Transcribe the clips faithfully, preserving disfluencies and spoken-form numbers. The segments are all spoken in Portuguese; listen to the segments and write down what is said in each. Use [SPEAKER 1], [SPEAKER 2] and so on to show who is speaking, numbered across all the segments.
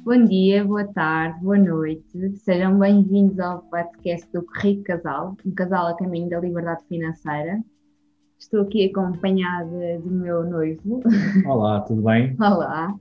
[SPEAKER 1] Bom dia, boa tarde, boa noite. Sejam bem-vindos ao podcast do Rico Casal, um casal a caminho da liberdade financeira. Estou aqui acompanhada do meu noivo.
[SPEAKER 2] Olá, tudo bem?
[SPEAKER 1] Olá.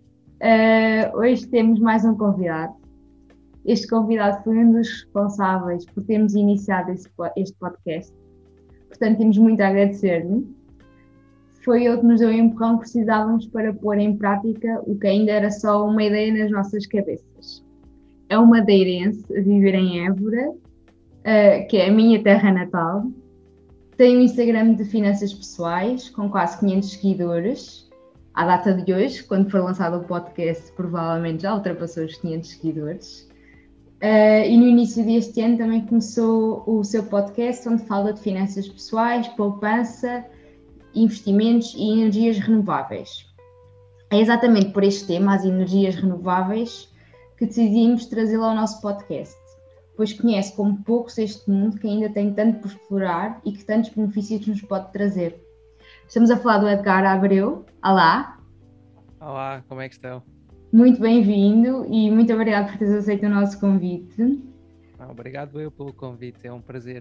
[SPEAKER 1] Uh, hoje temos mais um convidado. Este convidado foi um dos responsáveis por termos iniciado esse, este podcast. Portanto, temos muito a agradecer-lhe. Foi ele que nos deu o empurrão que precisávamos para pôr em prática o que ainda era só uma ideia nas nossas cabeças. É um madeirense a viver em Évora, uh, que é a minha terra natal. Tem um Instagram de finanças pessoais com quase quinhentos seguidores. À data de hoje, quando for lançado o podcast, provavelmente já ultrapassou os quinhentos seguidores. Uh, e no início deste ano também começou o seu podcast, onde fala de finanças pessoais, poupança, investimentos e energias renováveis. É exatamente por este tema, as energias renováveis, que decidimos trazê-lo ao nosso podcast, pois conhece como poucos este mundo que ainda tem tanto por explorar e que tantos benefícios nos pode trazer. Estamos a falar do Edgar Abreu. Olá!
[SPEAKER 3] Olá, como é que estão?
[SPEAKER 1] Muito bem-vindo e muito obrigado por teres aceito o nosso convite.
[SPEAKER 3] Ah, obrigado eu pelo convite, é um prazer.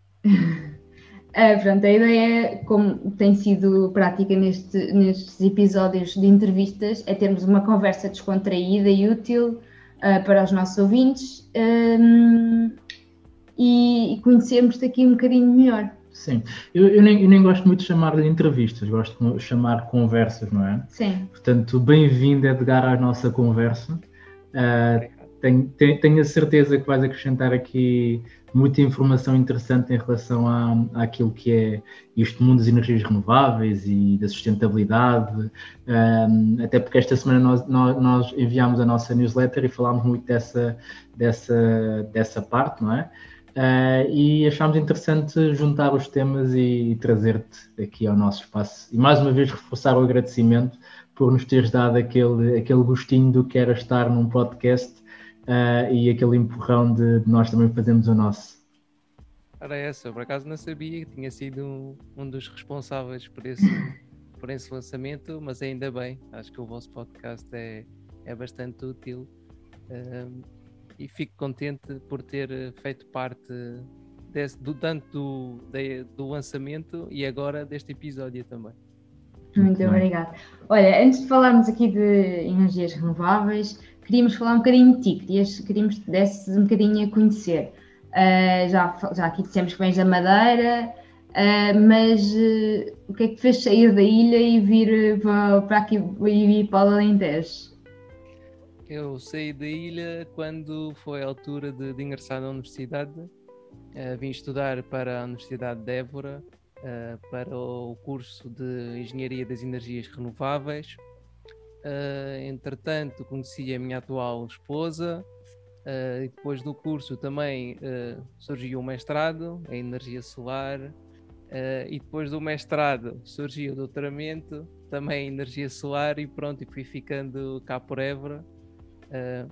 [SPEAKER 1] Uh, pronto, a ideia, como tem sido prática neste, nestes episódios de entrevistas, é termos uma conversa descontraída e útil uh, para os nossos ouvintes um, e, e conhecermos-te aqui um bocadinho melhor.
[SPEAKER 2] Sim, eu, eu, nem, eu nem gosto muito de chamar de entrevistas, gosto de chamar conversas, não é?
[SPEAKER 1] Sim.
[SPEAKER 2] Portanto, bem-vindo, Edgar, à nossa conversa. Uh, tenho, tenho, tenho a certeza que vais acrescentar aqui muita informação interessante em relação à, àquilo que é este mundo das energias renováveis e da sustentabilidade, um, até porque esta semana nós, nós, nós enviámos a nossa newsletter e falámos muito dessa, dessa, dessa parte, não é? Uh, e achámos interessante juntar os temas e trazer-te aqui ao nosso espaço e mais uma vez reforçar o agradecimento por nos teres dado aquele, aquele gostinho do que era estar num podcast. Uh, e aquele empurrão de, de nós também fazermos o nosso.
[SPEAKER 3] Era essa, por acaso não sabia que tinha sido um, um dos responsáveis por esse, por esse lançamento, mas ainda bem, acho que o vosso podcast é, é bastante útil um, e fico contente por ter feito parte desse, do, tanto do, de, do lançamento e agora deste episódio também.
[SPEAKER 1] Muito obrigada. Olha, antes de falarmos aqui de energias renováveis, queríamos falar um bocadinho de ti, queríamos, queríamos que desses um bocadinho a conhecer. Uh, já, já aqui dissemos que vens da Madeira, uh, mas uh, o que é que te fez sair da ilha e vir para, para aqui e vir para o Alentejo?
[SPEAKER 3] Eu saí da ilha quando foi a altura de, de ingressar na universidade. Uh, vim estudar para a Universidade de Évora, uh, para o curso de Engenharia das Energias Renováveis. Uh, entretanto, conheci a minha atual esposa uh, e depois do curso também uh, surgiu o mestrado em Energia Solar uh, e depois do mestrado surgiu o doutoramento também em Energia Solar e pronto, e fui ficando cá por Évora uh,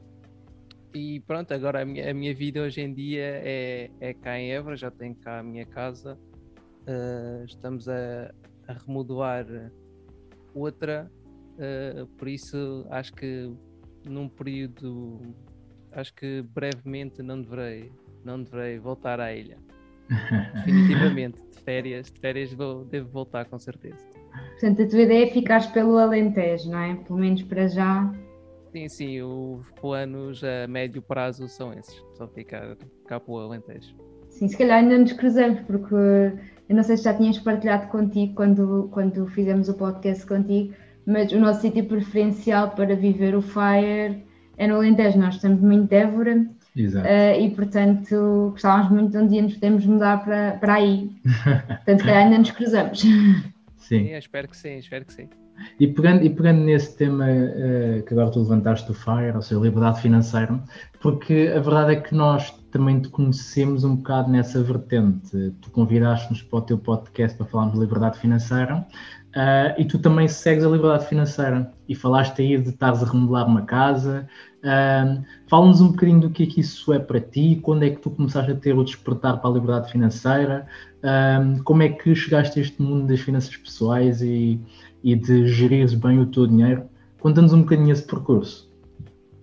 [SPEAKER 3] e pronto, agora a minha, a minha vida hoje em dia é, é cá em Évora, já tenho cá a minha casa, uh, estamos a, a remodelar outra. Uh, por isso acho que num período, acho que brevemente não deverei, não deverei voltar à ilha. Definitivamente, de férias, de férias vou, devo voltar com certeza.
[SPEAKER 1] Portanto, a tua ideia é ficares pelo Alentejo, não é? Pelo menos para já.
[SPEAKER 3] Sim, sim, os planos a médio prazo são esses, só ficar cá para o Alentejo.
[SPEAKER 1] Sim, se calhar ainda nos cruzamos, porque eu não sei se já tinhas partilhado contigo quando, quando fizemos o podcast contigo, mas o nosso sítio preferencial para viver o FIRE é no Alentejo. Nós estamos muito de Évora uh, e, portanto, gostávamos muito de um dia nos podemos mudar para, para aí. Portanto, se calhar ainda nos cruzamos.
[SPEAKER 2] Sim,
[SPEAKER 3] sim espero que sim, espero que sim.
[SPEAKER 2] E pegando, e pegando nesse tema uh, que agora tu levantaste do FIRE, ou seja, liberdade financeira, porque a verdade é que nós também te conhecemos um bocado nessa vertente. Tu convidaste-nos para o teu podcast para falarmos de liberdade financeira. Uh, e tu também segues a liberdade financeira e falaste aí de estares a remodelar uma casa. Uh, fala-nos um bocadinho do que é que isso é para ti, quando é que tu começaste a ter o despertar para a liberdade financeira, uh, como é que chegaste a este mundo das finanças pessoais e, e de gerires bem o teu dinheiro. Conta-nos um bocadinho esse percurso.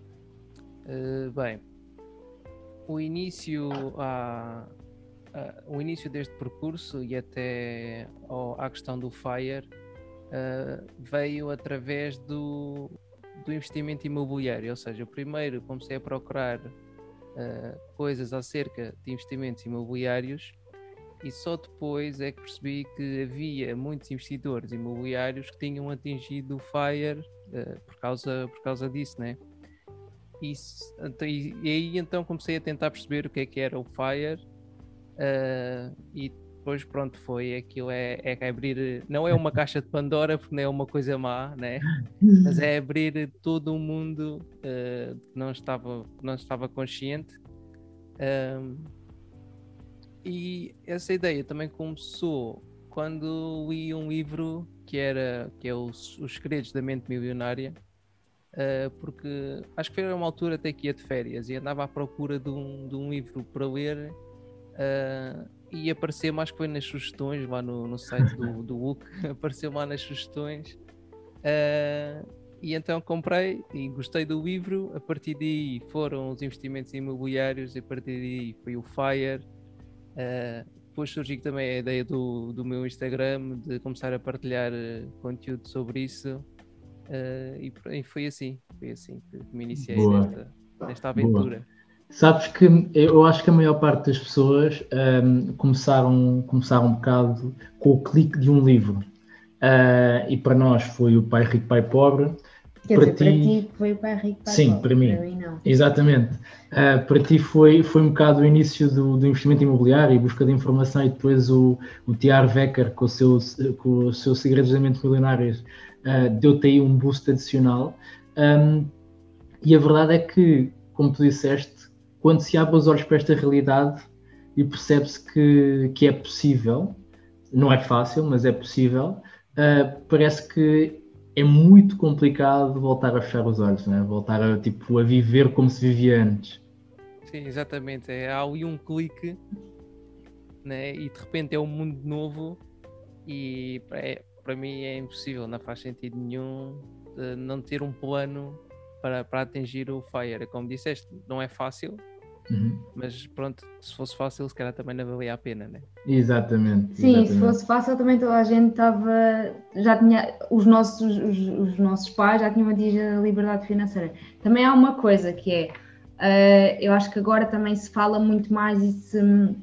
[SPEAKER 3] Uh, bem, o início, a, a, o início deste percurso e até ao, à questão do FIRE uh, veio através do, do investimento imobiliário, ou seja, primeiro comecei a procurar uh, coisas acerca de investimentos imobiliários e só depois é que percebi que havia muitos investidores imobiliários que tinham atingido o FIRE uh, por, causa, por causa disso, né? Isso, e, e aí então comecei a tentar perceber o que é que era o FIRE uh, e depois pronto, foi aquilo, é, é abrir, não é uma caixa de Pandora porque não é uma coisa má, né? Mas é abrir todo o mundo uh, que não estava, não estava consciente. Um, e essa ideia também começou quando li um livro que, era, que é Os, Os Segredos da Mente Milionária. Uh, porque acho que foi uma altura até que ia de férias e andava à procura de um, de um livro para ler uh, e apareceu-me, acho que foi nas sugestões lá no, no site do, do U C, apareceu-me lá nas sugestões uh, e então comprei e gostei do livro. A partir daí foram os investimentos imobiliários e a partir daí foi o FIRE. Uh, depois surgiu também a ideia do, do meu Instagram de começar a partilhar uh, conteúdo sobre isso. Uh, e, e foi assim, foi assim que me iniciei nesta, nesta aventura.
[SPEAKER 2] Boa. Sabes que eu acho que a maior parte das pessoas um, começaram, começaram um bocado com o clique de um livro. Uh, e para nós foi o Pai Rico, Pai Pobre.
[SPEAKER 1] Quer para dizer, ti... para ti foi o Pai Rico, Pai
[SPEAKER 2] Sim,
[SPEAKER 1] Pobre.
[SPEAKER 2] Para mim.
[SPEAKER 1] Para mim não.
[SPEAKER 2] Exatamente. Uh, para ti foi, foi um bocado o início do, do investimento imobiliário e busca de informação e depois o, o T R Wecker com, o seu, com os seus Segredos da Mente Milionários. Uh, deu-te aí um boost adicional um, e a verdade é que, como tu disseste, quando se abre os olhos para esta realidade e percebe-se que, que é possível, não é fácil, mas é possível, uh, parece que é muito complicado voltar a fechar os olhos, né? Voltar a, tipo, a viver como se vivia antes.
[SPEAKER 3] Sim, exatamente, é, há ali um clique, né? E de repente é um mundo novo e é, para mim é impossível, não faz sentido nenhum uh, não ter um plano para, para atingir o FIRE. Como disseste, não é fácil, uhum. Mas pronto, se fosse fácil, se calhar também não valia a pena, né?
[SPEAKER 2] Exatamente.
[SPEAKER 1] Sim, exatamente. Se fosse fácil também toda a gente estava, já tinha, os nossos, os, os nossos pais já tinham atingido a liberdade financeira. Também há uma coisa que é, uh, eu acho que agora também se fala muito mais e, se,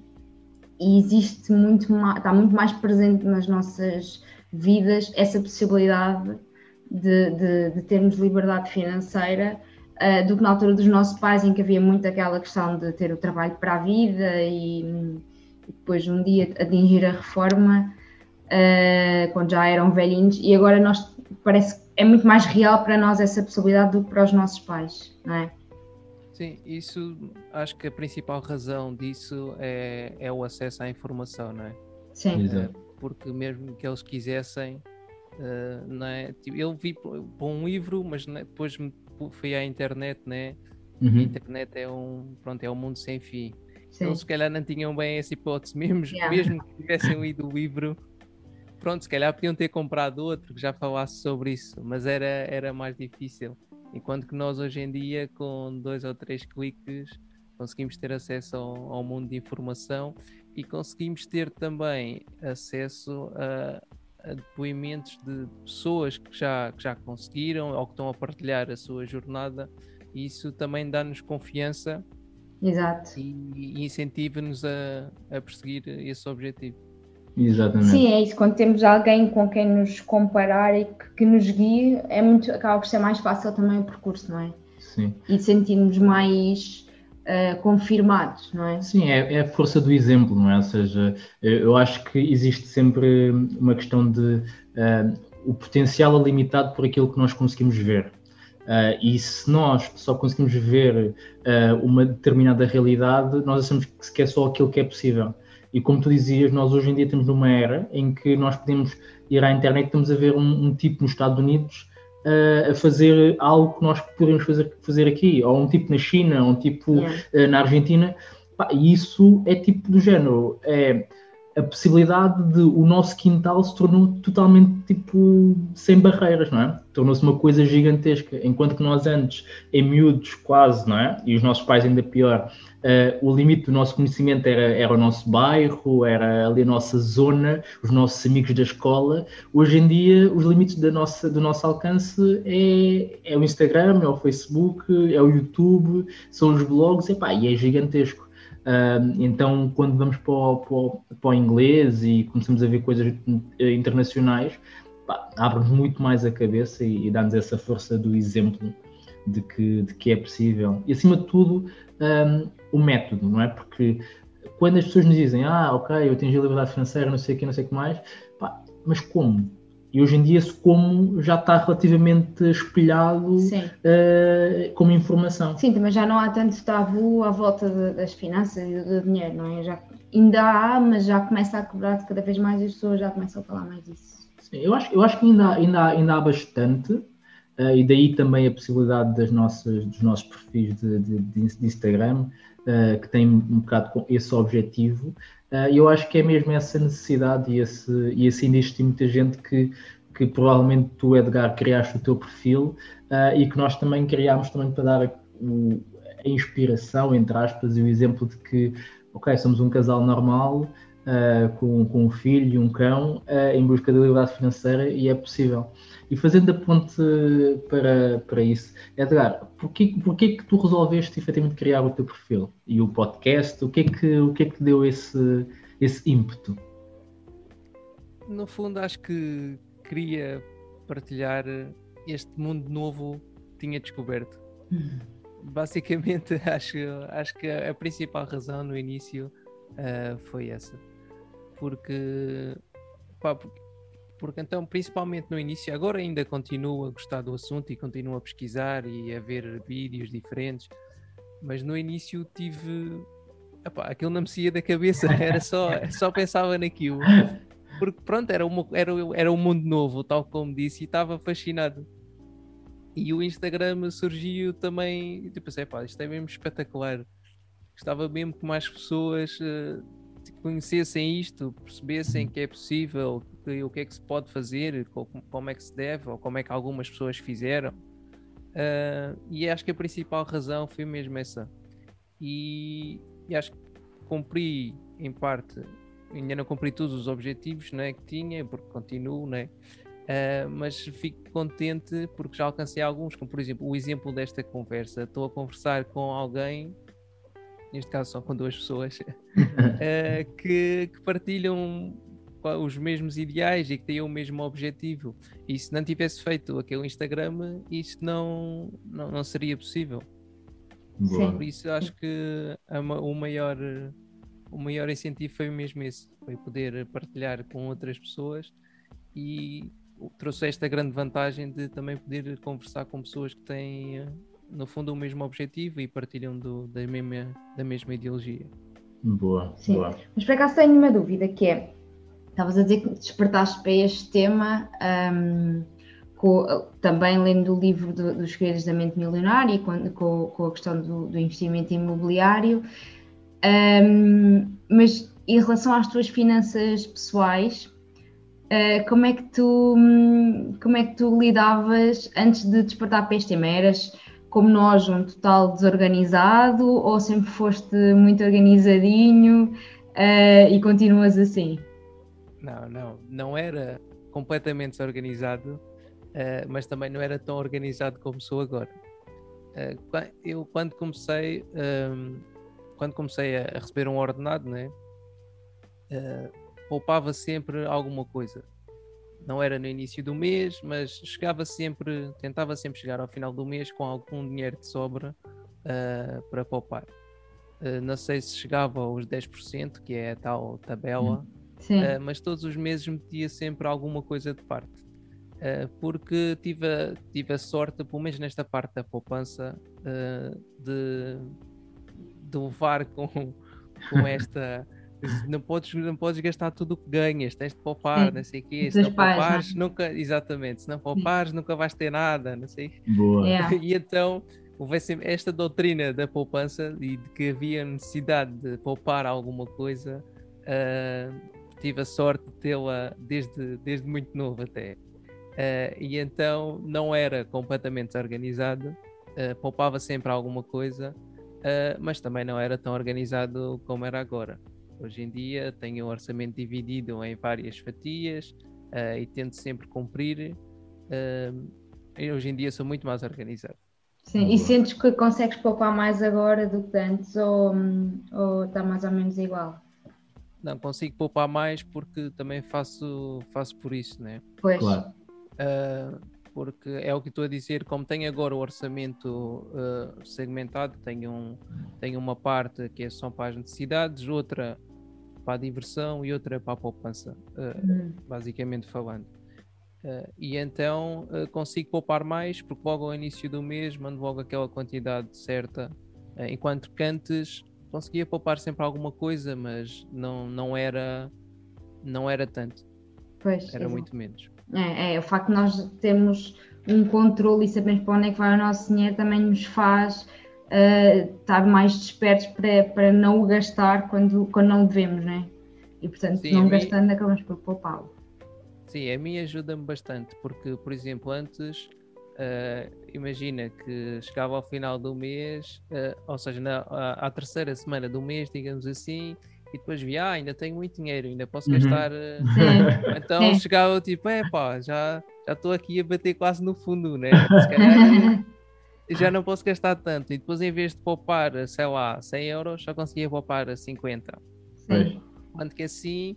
[SPEAKER 1] e existe muito mais, está muito mais presente nas nossas vidas essa possibilidade de, de, de termos liberdade financeira uh, do que na altura dos nossos pais, em que havia muito aquela questão de ter o trabalho para a vida e, e depois um dia atingir a reforma uh, quando já eram velhinhos, e agora nós parece que é muito mais real para nós essa possibilidade do que para os nossos pais, não é?
[SPEAKER 3] Sim, isso, acho que a principal razão disso é, é o acesso à informação, não é?
[SPEAKER 1] Sim.
[SPEAKER 3] Uh, porque mesmo que eles quisessem, uh, não é? Tipo, eu vi por um livro, mas né, depois fui à internet, né? Uhum. A internet é um, pronto, é um mundo sem fim. Sim. Eles se calhar não tinham bem essa hipótese, mesmo, yeah. mesmo que tivessem lido o livro, pronto, se calhar podiam ter comprado outro que já falasse sobre isso, mas era, era mais difícil. Enquanto que nós hoje em dia, com dois ou três cliques, conseguimos ter acesso ao, ao mundo de informação e conseguimos ter também acesso a, a depoimentos de pessoas que já, que já conseguiram ou que estão a partilhar a sua jornada, e isso também dá-nos confiança.
[SPEAKER 1] Exato.
[SPEAKER 3] E, e incentiva-nos a, a perseguir esse objetivo.
[SPEAKER 2] Exatamente.
[SPEAKER 1] Sim, é isso. Quando temos alguém com quem nos comparar e que, que nos guie, é muito, acaba por ser mais fácil também o percurso, não é?
[SPEAKER 2] Sim.
[SPEAKER 1] E sentirmos mais uh, confirmados, não é?
[SPEAKER 2] Sim, é, é a força do exemplo, não é? Ou seja, eu acho que existe sempre uma questão de uh, o potencial é limitado por aquilo que nós conseguimos ver. Uh, e se nós só conseguimos ver uh, uma determinada realidade, nós achamos que é só aquilo que é possível. E como tu dizias, nós hoje em dia estamos numa era em que nós podemos ir à internet e estamos a ver um, um tipo nos Estados Unidos uh, a fazer algo que nós podemos fazer, fazer aqui, ou um tipo na China, ou um tipo yeah. uh, na Argentina. Pá, e isso é tipo do género. É, a possibilidade de o nosso quintal se tornou totalmente tipo sem barreiras, não é? Tornou-se uma coisa gigantesca, enquanto que nós antes, em miúdos quase, não é? E os nossos pais ainda pior, uh, o limite do nosso conhecimento era, era o nosso bairro, era ali a nossa zona, os nossos amigos da escola. Hoje em dia, os limites da nossa, do nosso alcance é, é o Instagram, é o Facebook, é o YouTube, são os blogs, epá, e é gigantesco. Uh, então, quando vamos para o, para, o, para o inglês e começamos a ver coisas internacionais, abre-nos muito mais a cabeça e, e dá-nos essa força do exemplo de que, de que é possível. E, acima de tudo, um, o método, não é? Porque quando as pessoas nos dizem, ah, ok, eu atingi a liberdade financeira, não sei o que, não sei o que mais, pá, mas como? E hoje em dia esse como já está relativamente espelhado uh, como informação.
[SPEAKER 1] Sim, mas já não há tanto tabu à volta de, das finanças e do dinheiro, não é? Já, ainda há, mas já começa a cobrar cada vez mais e as pessoas já começam a falar mais disso.
[SPEAKER 2] Sim, eu acho, eu acho que ainda, ainda, há, ainda há bastante, uh, e daí também a possibilidade das nossas, dos nossos perfis de, de, de Instagram, uh, que têm um bocado com esse objetivo. E uh, eu acho que é mesmo essa necessidade e esse, e esse ainda existe muita gente que, que provavelmente tu, Edgar, criaste o teu perfil uh, e que nós também criámos também para dar a, o, a inspiração, entre aspas, e o exemplo de que, ok, somos um casal normal, uh, com, com um filho e um cão, uh, em busca da liberdade financeira e é possível. E fazendo a ponte para, para isso, Edgar, porquê, porquê que tu resolveste efetivamente criar o teu perfil e o podcast? O que é que, o que, é que te deu esse, esse ímpeto?
[SPEAKER 3] No fundo, acho que queria partilhar este mundo novo que tinha descoberto. Hum. Basicamente, acho, acho que a principal razão no início uh, foi essa. Porque, pá, porque Porque então, principalmente no início, agora ainda continuo a gostar do assunto e continuo a pesquisar e a ver vídeos diferentes, mas no início tive... Epá, aquilo não me saía da cabeça, era só, só pensava naquilo. Porque pronto, era, uma, era, era um mundo novo, tal como disse, e estava fascinado. E o Instagram surgiu também, tipo assim, pá, isto é mesmo espetacular. Gostava mesmo que mais pessoas uh, conhecessem isto, percebessem que é possível, o que é que se pode fazer, como é que se deve, ou como é que algumas pessoas fizeram. Uh, e acho que a principal razão foi mesmo essa. E, e acho que cumpri, em parte, ainda não cumpri todos os objetivos, né, que tinha, porque continuo, né? Uh, mas fico contente porque já alcancei alguns, como por exemplo, o exemplo desta conversa. Estou a conversar com alguém, neste caso só com duas pessoas, uh, que, que partilham os mesmos ideais e que têm o mesmo objetivo. E se não tivesse feito aquele Instagram, isto não, não, não seria possível.
[SPEAKER 1] Sim.
[SPEAKER 3] Por isso acho que a, o, maior, o maior incentivo foi mesmo esse, foi poder partilhar com outras pessoas, e trouxe esta grande vantagem de também poder conversar com pessoas que têm, no fundo, o mesmo objetivo e partilham do, da, mesma, da mesma ideologia.
[SPEAKER 2] Boa,
[SPEAKER 1] Sim.
[SPEAKER 2] Boa.
[SPEAKER 1] Mas por acaso tenho uma dúvida, que é, estavas a dizer que despertaste para este tema um, com, também lendo o livro do, dos Segredos da Mente Milionária e com, com, com a questão do, do investimento imobiliário, um, mas em relação às tuas finanças pessoais, uh, como, é que tu, como é que tu lidavas antes de despertar para este tema? Eras como nós, um total desorganizado, ou sempre foste muito organizadinho uh, e continuas assim?
[SPEAKER 3] Não, não, não era completamente desorganizado, uh, mas também não era tão organizado como sou agora. Uh, eu quando comecei, um, quando comecei a receber um ordenado, né, uh, poupava sempre alguma coisa. Não era no início do mês, mas chegava sempre, tentava sempre chegar ao final do mês com algum dinheiro de sobra uh, para poupar. Uh, não sei se chegava aos dez por cento, que é a tal tabela. Uh, mas todos os meses metia sempre alguma coisa de parte, uh, porque tive a, tive a sorte, pelo menos nesta parte da poupança, uh, de, de levar com, com esta não podes, não podes gastar tudo o que ganhas, tens de poupar, Sim. não sei o quê, se não poupares, não? nunca, exatamente, se não poupares Sim. nunca vais ter nada, não sei.
[SPEAKER 2] Boa.
[SPEAKER 1] Yeah.
[SPEAKER 3] E então houve sempre esta doutrina da poupança e de que havia necessidade de poupar alguma coisa. Uh, tive a sorte de tê-la desde, desde muito novo até. Uh, e então não era completamente organizado, uh, poupava sempre alguma coisa, uh, mas também não era tão organizado como era agora. Hoje em dia tenho o orçamento dividido em várias fatias uh, e tento sempre cumprir. Uh, e hoje em dia sou muito mais organizado.
[SPEAKER 1] Sim, e sentes que consegues poupar mais agora do que antes ou, ou está mais ou menos igual?
[SPEAKER 3] Não, consigo poupar mais porque também faço, faço por isso, né?
[SPEAKER 1] Pois.
[SPEAKER 2] Claro.
[SPEAKER 3] Uh, porque é o que estou a dizer, como tenho agora o orçamento uh, segmentado, tenho, um, tenho uma parte que é só para as necessidades, outra para a diversão e outra para a poupança, uh, hum. basicamente falando. Uh, e então uh, consigo poupar mais porque logo ao início do mês mando logo aquela quantidade certa, uh, enquanto que antes conseguia poupar sempre alguma coisa, mas não, não, era, não era tanto,
[SPEAKER 1] pois,
[SPEAKER 3] era
[SPEAKER 1] é.
[SPEAKER 3] muito menos.
[SPEAKER 1] É, é, o facto de nós termos um controle e sabermos para onde é que vai o nosso dinheiro também nos faz uh, estar mais despertos para, para não o gastar quando, quando não devemos, não é? E portanto, Sim, não gastando, mim... acabamos por poupá-lo.
[SPEAKER 3] Sim, a mim ajuda-me bastante, porque, por exemplo, antes, uh, imagina que chegava ao final do mês, uh, ou seja, na, à, à terceira semana do mês, digamos assim, e depois via, ah, ainda tenho muito dinheiro, ainda posso uhum. gastar. Uh... Então Sim. chegava tipo, é pá, já estou aqui a bater quase no fundo, né? Se calhar já não posso gastar tanto. E depois, em vez de poupar, sei lá, cem euros, só conseguia poupar cinquenta.
[SPEAKER 1] Sim.
[SPEAKER 3] Quanto que assim,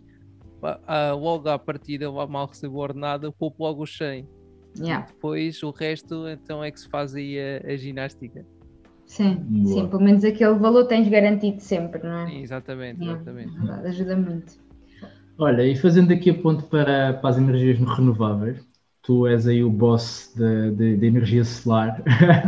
[SPEAKER 3] uh, logo à partida, mal recebo o ordenado, eu poupo logo os cem.
[SPEAKER 1] Yeah.
[SPEAKER 3] E depois o resto, então é que se faz aí a, a ginástica.
[SPEAKER 1] Sim, Boa. sim, pelo menos aquele valor tens garantido sempre, não é?
[SPEAKER 3] Sim, exatamente,
[SPEAKER 1] yeah,
[SPEAKER 3] exatamente.
[SPEAKER 1] É verdade, ajuda muito.
[SPEAKER 2] Olha, e fazendo aqui a ponto para, para as energias renováveis, tu és aí o boss da energia solar.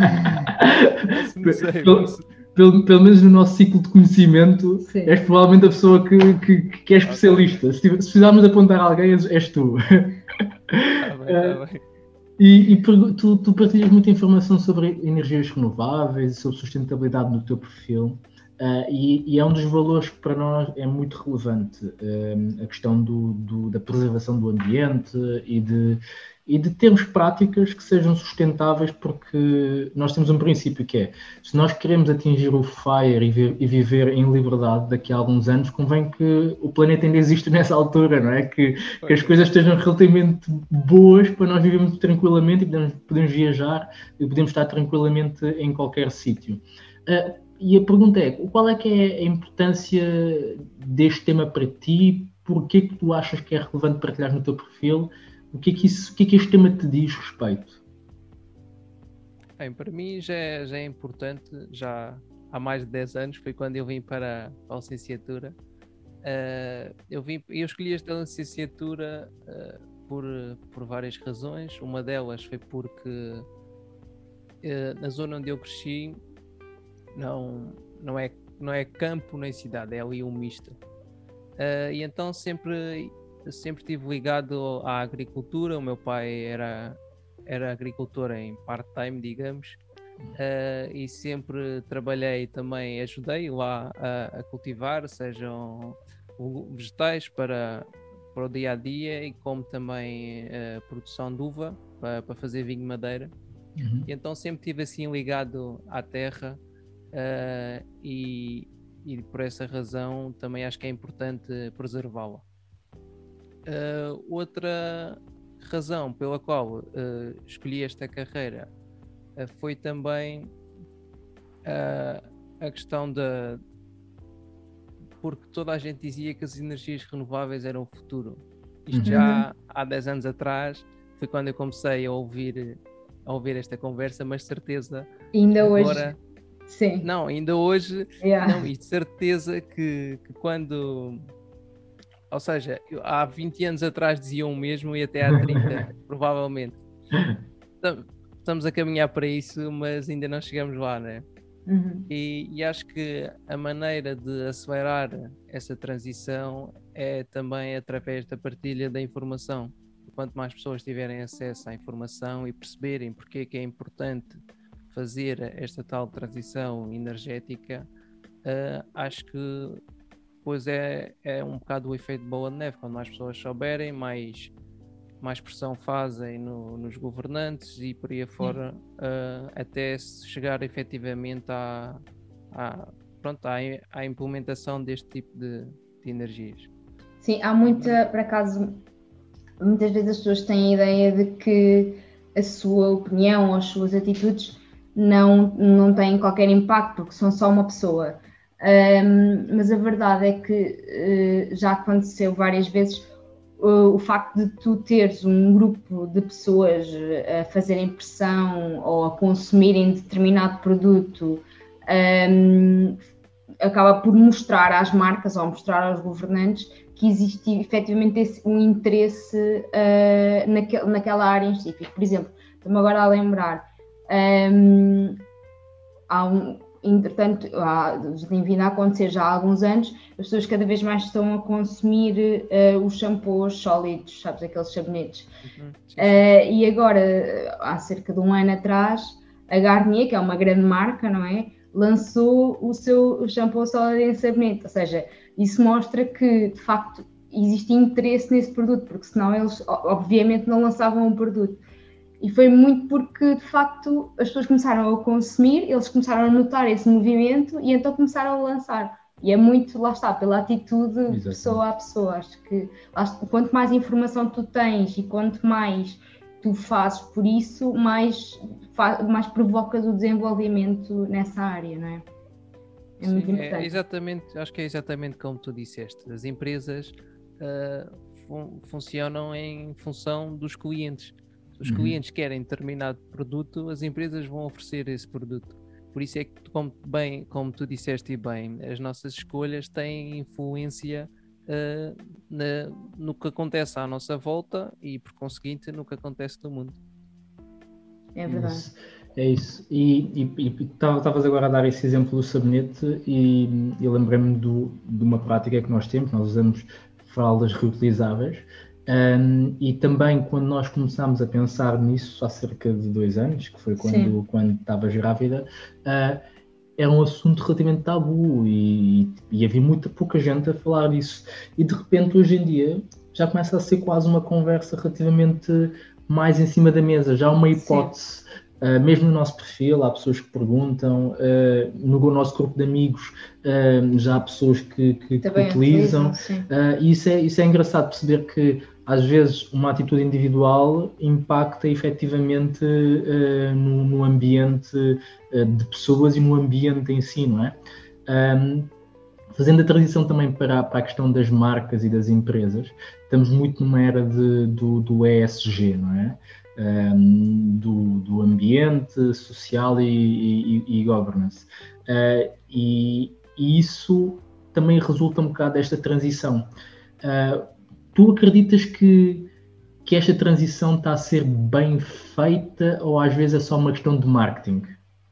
[SPEAKER 3] Não sei,
[SPEAKER 2] pelo, pelo, pelo menos no nosso ciclo de conhecimento, sim. és provavelmente a pessoa que, que, que é especialista. Se, se precisarmos apontar alguém, és, és tu.
[SPEAKER 3] Tá bem, tá bem.
[SPEAKER 2] E, e tu, tu partilhas muita informação sobre energias renováveis e sobre sustentabilidade no teu perfil, uh, e, e é um dos valores que para nós é muito relevante, uh, a questão do, do, da preservação do ambiente e de, e de termos práticas que sejam sustentáveis, porque nós temos um princípio que é, se nós queremos atingir o FIRE e, ver, e viver em liberdade daqui a alguns anos, convém que o planeta ainda exista nessa altura, não é? Que, que as coisas estejam relativamente boas para nós vivermos tranquilamente e podemos, podemos viajar e podemos estar tranquilamente em qualquer sítio. Uh, e a pergunta é, qual é que é a importância deste tema para ti? Porquê que tu achas que é relevante partilhar no teu perfil? O que é que, isso, o que é que este tema te diz respeito?
[SPEAKER 3] Bem, para mim já é, já é importante, já há mais de dez anos, foi quando eu vim para a licenciatura. Uh, eu, vim, eu escolhi esta licenciatura uh, por, por várias razões. Uma delas foi porque uh, na zona onde eu cresci não, não, é, não é campo nem cidade, é ali um misto. Uh, e então sempre... Eu sempre estive ligado à agricultura. O meu pai era, era agricultor em part-time, digamos, uh, e sempre trabalhei também, ajudei lá a, a cultivar, sejam vegetais para, para o dia-a-dia, e como também a produção de uva para, para fazer vinho de madeira. Uhum. E então sempre estive assim ligado à terra, uh, e, e por essa razão também acho que é importante preservá-la. Uh, outra razão pela qual uh, escolhi esta carreira uh, foi também uh, a questão da... porque toda a gente dizia que as energias renováveis eram o futuro. Isto uhum. já há dez anos atrás foi quando eu comecei a ouvir, a ouvir esta conversa, mas de certeza
[SPEAKER 1] ainda
[SPEAKER 3] agora...
[SPEAKER 1] hoje sim.
[SPEAKER 3] Não, ainda hoje
[SPEAKER 1] yeah.
[SPEAKER 3] não, e de certeza que, que quando... Ou seja, há vinte anos atrás diziam o mesmo e até há trinta, provavelmente. Estamos a caminhar para isso, mas ainda não chegamos lá, né?
[SPEAKER 1] Uhum.
[SPEAKER 3] E, e acho que a maneira de acelerar essa transição é também através da partilha da informação. Quanto mais pessoas tiverem acesso à informação e perceberem porque é que é importante fazer esta tal transição energética, uh, acho que depois é, é um bocado o efeito de bola de neve. Quando mais pessoas souberem, mais, mais pressão fazem no, nos governantes e por aí afora, uh, até se chegar efetivamente à, à, pronto, à, à implementação deste tipo de, de energias.
[SPEAKER 1] Sim, há muita, por acaso, muitas vezes as pessoas têm a ideia de que a sua opinião ou as suas atitudes não, não têm qualquer impacto, porque são só uma pessoa. Um, mas a verdade é que uh, já aconteceu várias vezes uh, o facto de tu teres um grupo de pessoas a fazerem pressão ou a consumirem determinado produto, um, acaba por mostrar às marcas ou mostrar aos governantes que existe efetivamente esse, um interesse uh, naquel, naquela área em específico. Por exemplo, estou-me agora a lembrar, um, há um, entretanto, há, já tem vindo a acontecer já há alguns anos, as pessoas cada vez mais estão a consumir uh, os shampoos sólidos, sabes, aqueles sabonetes. Uhum, sim, sim. Uh, e agora, há cerca de um ano atrás, a Garnier, que é uma grande marca, não é? Lançou o seu shampoo sólido em sabonete, ou seja, isso mostra que, de facto, existe interesse nesse produto, porque senão eles, obviamente, não lançavam um produto. E foi muito porque, de facto, as pessoas começaram a consumir, eles começaram a notar esse movimento e então começaram a lançar. E é muito, lá está, pela atitude de pessoa a pessoa. Acho que quanto mais informação tu tens e quanto mais tu fazes por isso, mais, mais provocas o desenvolvimento nessa área, não é?
[SPEAKER 3] É Sim, muito importante. É exatamente, acho que é exatamente como tu disseste. As empresas uh, fun- funcionam em função dos clientes. Se os uhum. clientes querem determinado produto, as empresas vão oferecer esse produto. Por isso é que, como, bem, como tu disseste e bem, as nossas escolhas têm influência uh, na, no que acontece à nossa volta e, por conseguinte, no que acontece no mundo.
[SPEAKER 1] É verdade.
[SPEAKER 2] Isso. É isso. E estavas agora a dar esse exemplo do sabonete e, e lembrei-me do, de uma prática que nós temos, nós usamos fraldas reutilizáveis um, e também quando nós começámos a pensar nisso há cerca de dois anos, que foi quando, quando estavas grávida, uh, era um assunto relativamente tabu e, e havia muita pouca gente a falar disso. E de repente hoje em dia já começa a ser quase uma conversa relativamente mais em cima da mesa, já uma hipótese. Uh, mesmo no nosso perfil há pessoas que perguntam, uh, no nosso grupo de amigos uh, já há pessoas que, que, que utilizam, uh, e isso é, isso é engraçado perceber que às vezes uma atitude individual impacta efetivamente uh, no, no ambiente uh, de pessoas e no ambiente em si, não é? Um, fazendo a transição também para, para a questão das marcas e das empresas, estamos muito numa era de, do, do E S G, não é? Um, do, do ambiente social e, e, e governance. Uh, e, e isso também resulta um bocado desta transição. Uh, tu acreditas que, que esta transição está a ser bem feita ou às vezes é só uma questão de marketing?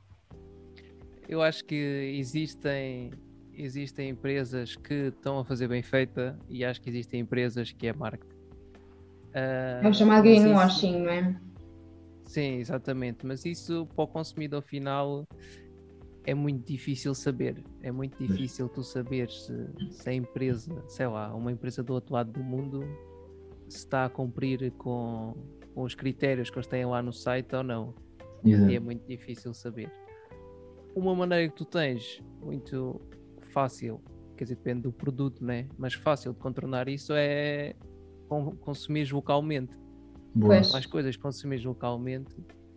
[SPEAKER 3] Eu acho que existem, existem empresas que estão a fazer bem feita e acho que existem empresas que é marketing.
[SPEAKER 1] Uh, é o chamado greenwashing, isso... não é?
[SPEAKER 3] Sim, exatamente. Mas isso para o consumidor final é muito difícil saber. É muito difícil tu saber se, se a empresa, sei lá, uma empresa do outro lado do mundo, se está a cumprir com, com os critérios que eles têm lá no site ou não. Exato. E é muito difícil saber. Uma maneira que tu tens muito fácil, quer dizer, depende do produto, né? Mas fácil de contornar isso é consumir localmente.
[SPEAKER 1] Pois.
[SPEAKER 3] Mais coisas consumir localmente,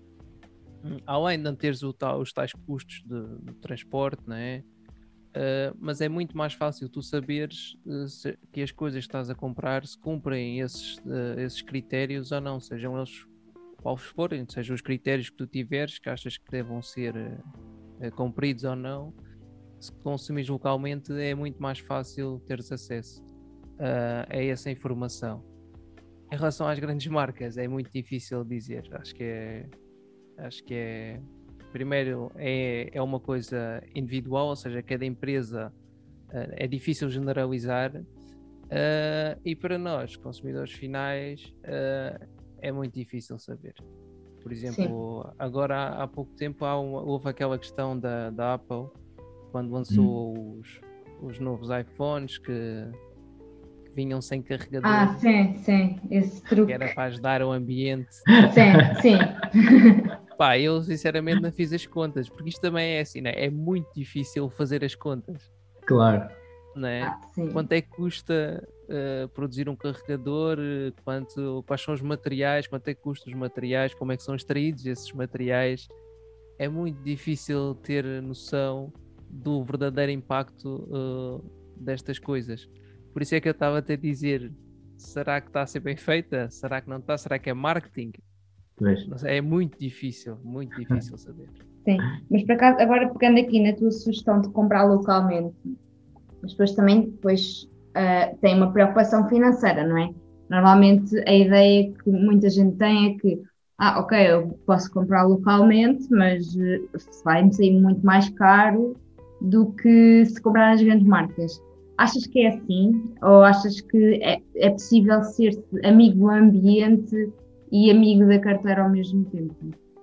[SPEAKER 3] além de não teres o tal, os tais custos de, de transporte, né? Uh, mas é muito mais fácil tu saberes uh, se, que as coisas que estás a comprar se cumprem esses, uh, esses critérios ou não, sejam eles quais forem, sejam os critérios que tu tiveres, que achas que devam ser uh, cumpridos ou não. Se consumires localmente é muito mais fácil teres acesso uh, a essa informação. Em relação às grandes marcas é muito difícil dizer. Acho que é, acho que é primeiro é, é uma coisa individual, ou seja, cada empresa uh, é difícil generalizar uh, e para nós, consumidores finais, uh, é muito difícil saber. Por exemplo, Sim. agora há, há pouco tempo há uma, houve aquela questão da, da Apple quando lançou hum. os, os novos iPhones que, que vinham sem carregador.
[SPEAKER 1] Ah, sim, sim, esse truque.
[SPEAKER 3] Que era para ajudar o ambiente.
[SPEAKER 1] Sim, sim.
[SPEAKER 3] Pá, eu sinceramente não fiz as contas, porque isto também é assim, né? É muito difícil fazer as contas.
[SPEAKER 2] Claro.
[SPEAKER 3] Não é?
[SPEAKER 1] Ah, sim.
[SPEAKER 3] Quanto é que custa uh, produzir um carregador? Quanto, quais são os materiais? Quanto é que custam os materiais? Como é que são extraídos esses materiais? É muito difícil ter noção do verdadeiro impacto uh, destas coisas. Por isso é que eu estava até a dizer, será que está a ser bem feita? Será que não está? Será que é marketing? É muito difícil, muito difícil saber.
[SPEAKER 1] Sim, mas por acaso, agora pegando aqui na tua sugestão de comprar localmente, as pessoas também depois uh, têm uma preocupação financeira, não é? Normalmente a ideia que muita gente tem é que, ah, ok, eu posso comprar localmente, mas uh, vai-me sair muito mais caro do que se comprar nas grandes marcas. Achas que é assim? Ou achas que é, é possível ser amigo do ambiente e amigo da carteira ao mesmo tempo?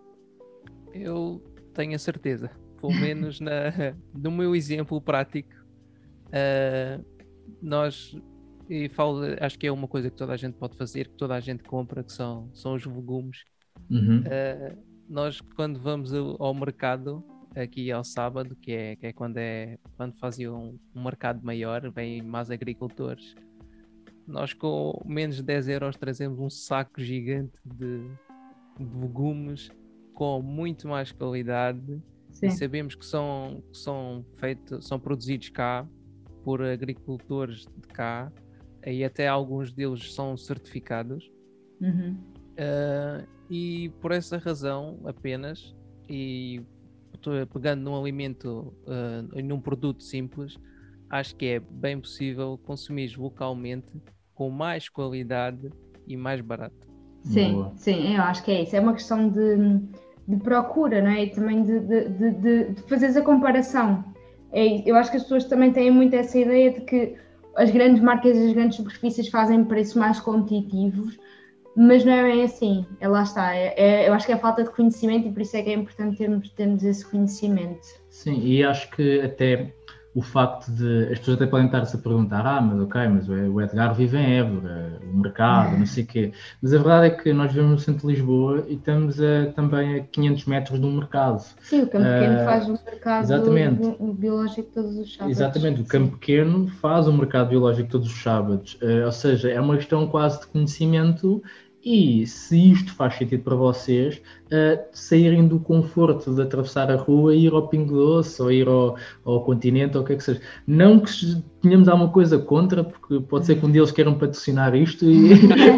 [SPEAKER 3] Eu tenho a certeza, pelo menos na, no meu exemplo prático, uh, nós, e falo, acho que é uma coisa que toda a gente pode fazer, que toda a gente compra, que são, são os legumes.
[SPEAKER 2] Uhum.
[SPEAKER 3] Uh, nós, quando vamos ao, ao mercado, aqui ao sábado, que é, que é quando, é, quando faziam um, um mercado maior, vêm mais agricultores, nós com menos de dez euros trazemos um saco gigante de, de legumes com muito mais qualidade. Sim. E sabemos que são, que são, feito, são produzidos cá por agricultores de cá, e até alguns deles são certificados.
[SPEAKER 1] Uhum.
[SPEAKER 3] Uh, e por essa razão apenas, e pegando num alimento, uh, num produto simples, acho que é bem possível consumir localmente com mais qualidade e mais barato.
[SPEAKER 1] Sim,
[SPEAKER 2] Boa.
[SPEAKER 1] sim, eu acho que é isso. É uma questão de, de procura, não é? E também de, de, de, de fazeres a comparação. É, eu acho que as pessoas também têm muito essa ideia de que as grandes marcas e as grandes superfícies fazem preços mais competitivos, mas não é bem assim. É, lá está. É, é, eu acho que é a falta de conhecimento e por isso é que é importante termos, termos esse conhecimento.
[SPEAKER 2] Sim, e acho que até o facto de... As pessoas até podem estar-se a perguntar, ah, mas ok, mas o Edgar vive em Évora, o mercado, não sei o quê. Mas a verdade é que nós vivemos no centro de Lisboa e estamos a, também a quinhentos metros de um mercado.
[SPEAKER 1] Sim, o Campo Pequeno uh, faz um mercado
[SPEAKER 2] exatamente.
[SPEAKER 1] biológico todos os sábados.
[SPEAKER 2] Exatamente, o Campo Sim. Pequeno faz um mercado biológico todos os sábados. Uh, ou seja, é uma questão quase de conhecimento. E se isto faz sentido para vocês, uh, saírem do conforto de atravessar a rua e ir ao Pingo Doce ou ir ao, ao Continente ou o que é que seja. Não que tenhamos alguma coisa contra, porque pode ser que um deles queiram patrocinar isto e,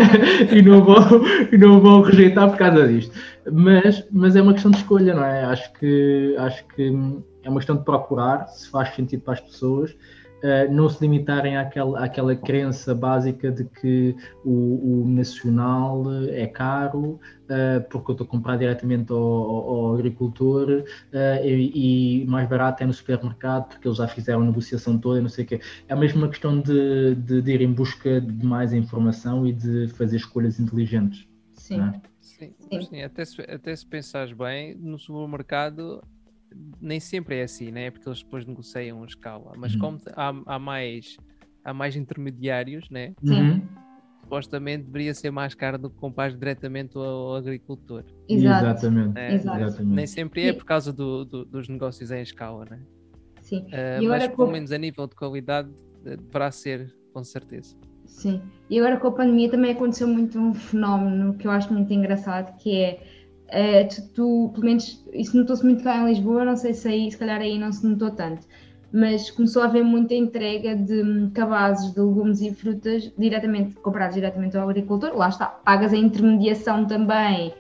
[SPEAKER 2] e, não vão, e não vão rejeitar por causa disto. Mas, mas é uma questão de escolha, não é? Acho que, acho que é uma questão de procurar se faz sentido para as pessoas. Uh, não se limitarem àquela, àquela crença básica de que o, o nacional é caro, uh, porque eu estou a comprar diretamente ao, ao, ao agricultor uh, e, e mais barato é no supermercado, porque eles já fizeram a negociação toda e não sei o quê. É a mesma questão de, de, de ir em busca de mais informação e de fazer escolhas inteligentes.
[SPEAKER 1] Sim.
[SPEAKER 2] É?
[SPEAKER 3] Sim, sim. Até, se, até se pensares bem, no supermercado nem sempre é assim, né? Porque eles depois negociam a escala, mas uhum. como há, há, mais, há mais intermediários, né?
[SPEAKER 2] Uhum.
[SPEAKER 3] Supostamente deveria ser mais caro do que comprar diretamente ao, ao agricultor.
[SPEAKER 1] Exato.
[SPEAKER 2] Exatamente.
[SPEAKER 3] Né?
[SPEAKER 1] Exato.
[SPEAKER 2] Exatamente.
[SPEAKER 3] Nem sempre é por causa do, do, dos negócios em escala, né?
[SPEAKER 1] Sim.
[SPEAKER 3] Uh, mas pelo com... menos a nível de qualidade deverá ser, com certeza.
[SPEAKER 1] Sim. E agora com a pandemia também aconteceu muito um fenómeno que eu acho muito engraçado, que é Uh, tu, tu, pelo menos, isso notou-se muito cá em Lisboa, não sei se aí, se calhar aí não se notou tanto, mas começou a haver muita entrega de cabazes de legumes e frutas diretamente, comprados diretamente ao agricultor. Lá está, pagas a intermediação também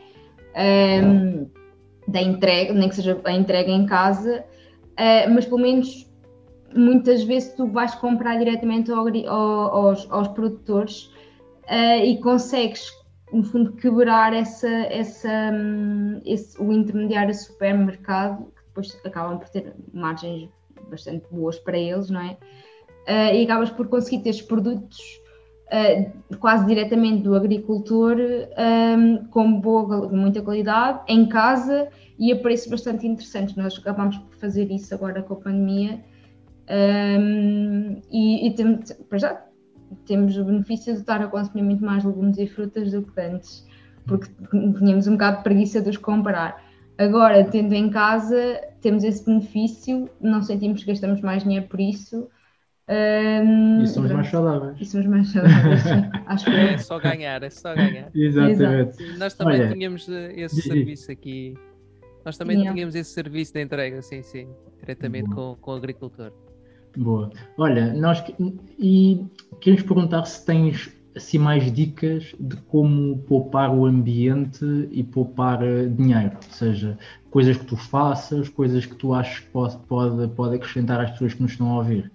[SPEAKER 1] um, da entrega, nem que seja a entrega em casa, uh, mas pelo menos muitas vezes tu vais comprar diretamente ao, ao, aos, aos produtores uh, e consegues, no fundo, quebrar essa, essa, esse, o intermediário supermercado, que depois acabam por ter margens bastante boas para eles, não é? Uh, e acabas por conseguir ter os produtos uh, quase diretamente do agricultor, um, com, boa, com muita qualidade, em casa e a preços bastante interessantes. Nós acabamos por fazer isso agora com a pandemia, Um, e, e temos, para já, temos o benefício de estar a consumir muito mais legumes e frutas do que antes, porque tínhamos um bocado de preguiça de os comprar. Agora, tendo em casa, temos esse benefício, não sentimos que gastamos mais dinheiro por isso. Um,
[SPEAKER 2] e somos mais saudáveis.
[SPEAKER 1] E somos mais saudáveis, sim, acho que
[SPEAKER 3] É só ganhar, é só ganhar.
[SPEAKER 2] Exatamente.
[SPEAKER 3] Sim, nós também
[SPEAKER 2] Olha,
[SPEAKER 3] tínhamos esse
[SPEAKER 2] diz,
[SPEAKER 3] serviço aqui. Nós também
[SPEAKER 1] Tinha.
[SPEAKER 3] tínhamos esse serviço de entrega, sim, sim, diretamente com, com o agricultor.
[SPEAKER 2] Boa. Olha, nós e queremos perguntar se tens assim mais dicas de como poupar o ambiente e poupar dinheiro, ou seja, coisas que tu faças, coisas que tu achas que pode, pode, pode acrescentar às pessoas que nos estão a ouvir.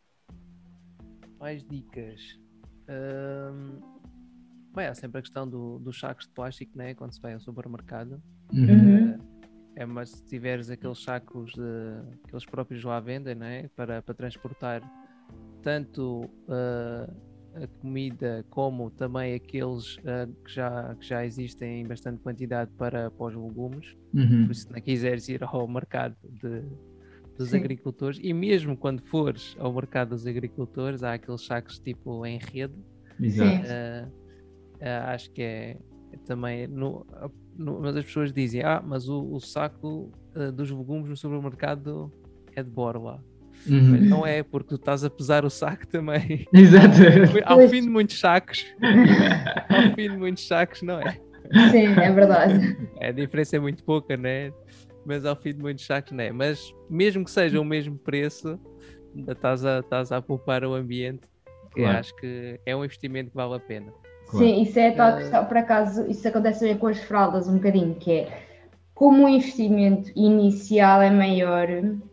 [SPEAKER 3] Mais dicas. Hum, bem, há sempre a questão do, dos sacos de plástico, né? Quando se vai ao supermercado.
[SPEAKER 1] Uhum.
[SPEAKER 3] Uh, é, mas se tiveres aqueles sacos de, que eles próprios lá vendem, né? para, para transportar tanto uh, a comida como também aqueles uh, que, já, que já existem em bastante quantidade para, para os legumes.
[SPEAKER 2] Uhum.
[SPEAKER 3] Por isso, se não quiseres ir ao mercado de dos
[SPEAKER 1] Sim.
[SPEAKER 3] agricultores, e mesmo quando fores ao mercado dos agricultores, há aqueles sacos tipo em rede.
[SPEAKER 2] Exato.
[SPEAKER 3] Uh, uh, acho que é, é também no, no, mas as pessoas dizem, ah, mas o, o saco uh, dos legumes no supermercado é de borla.
[SPEAKER 2] Uhum.
[SPEAKER 3] Mas não é, porque tu estás a pesar o saco também.
[SPEAKER 2] Exato.
[SPEAKER 3] Ao fim de muitos sacos, ao fim de muitos sacos, não é?
[SPEAKER 1] Sim, é verdade.
[SPEAKER 3] A diferença é muito pouca, né? Mas ao fim de muitos sacos, não é? Mas mesmo que seja o mesmo preço, ainda estás a, estás a poupar o ambiente, que
[SPEAKER 2] Claro.
[SPEAKER 3] acho que é um investimento que vale a pena.
[SPEAKER 2] Claro.
[SPEAKER 1] Sim, isso é a tal
[SPEAKER 3] Uh,
[SPEAKER 1] questão, por acaso, isso acontece também com as fraldas um bocadinho, que é como o investimento inicial é maior,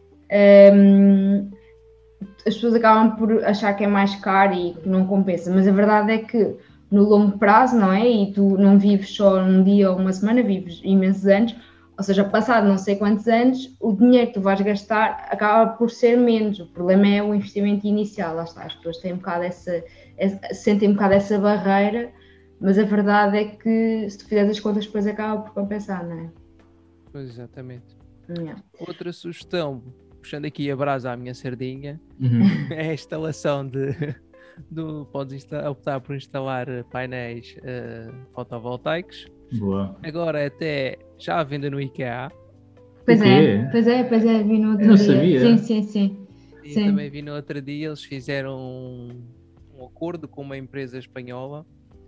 [SPEAKER 1] hum, as pessoas acabam por achar que é mais caro e que não compensa, mas a verdade é que no longo prazo, não é? E tu não vives só um dia ou uma semana, vives imensos anos, ou seja, passado não sei quantos anos, o dinheiro que tu vais gastar acaba por ser menos. O problema é o investimento inicial, lá está, as pessoas têm um bocado essa, essa sentem um bocado essa barreira, mas a verdade é que se tu fizeres as contas depois acaba por compensar, não é?
[SPEAKER 3] Pois, exatamente.
[SPEAKER 1] Yeah.
[SPEAKER 3] Outra sugestão, puxando aqui a brasa à minha sardinha,
[SPEAKER 2] Uhum.
[SPEAKER 3] é a instalação de... Do, podes insta- optar por instalar painéis uh, fotovoltaicos.
[SPEAKER 2] Boa.
[SPEAKER 3] Agora até já à venda no IKEA.
[SPEAKER 1] Pois
[SPEAKER 2] O quê?
[SPEAKER 1] é, pois é, pois é, vi no outro
[SPEAKER 2] Eu não
[SPEAKER 1] dia.
[SPEAKER 2] sabia.
[SPEAKER 1] Sim, sim, sim.
[SPEAKER 3] E
[SPEAKER 1] Sim.
[SPEAKER 3] também vi no outro dia, eles fizeram um, um acordo com uma empresa espanhola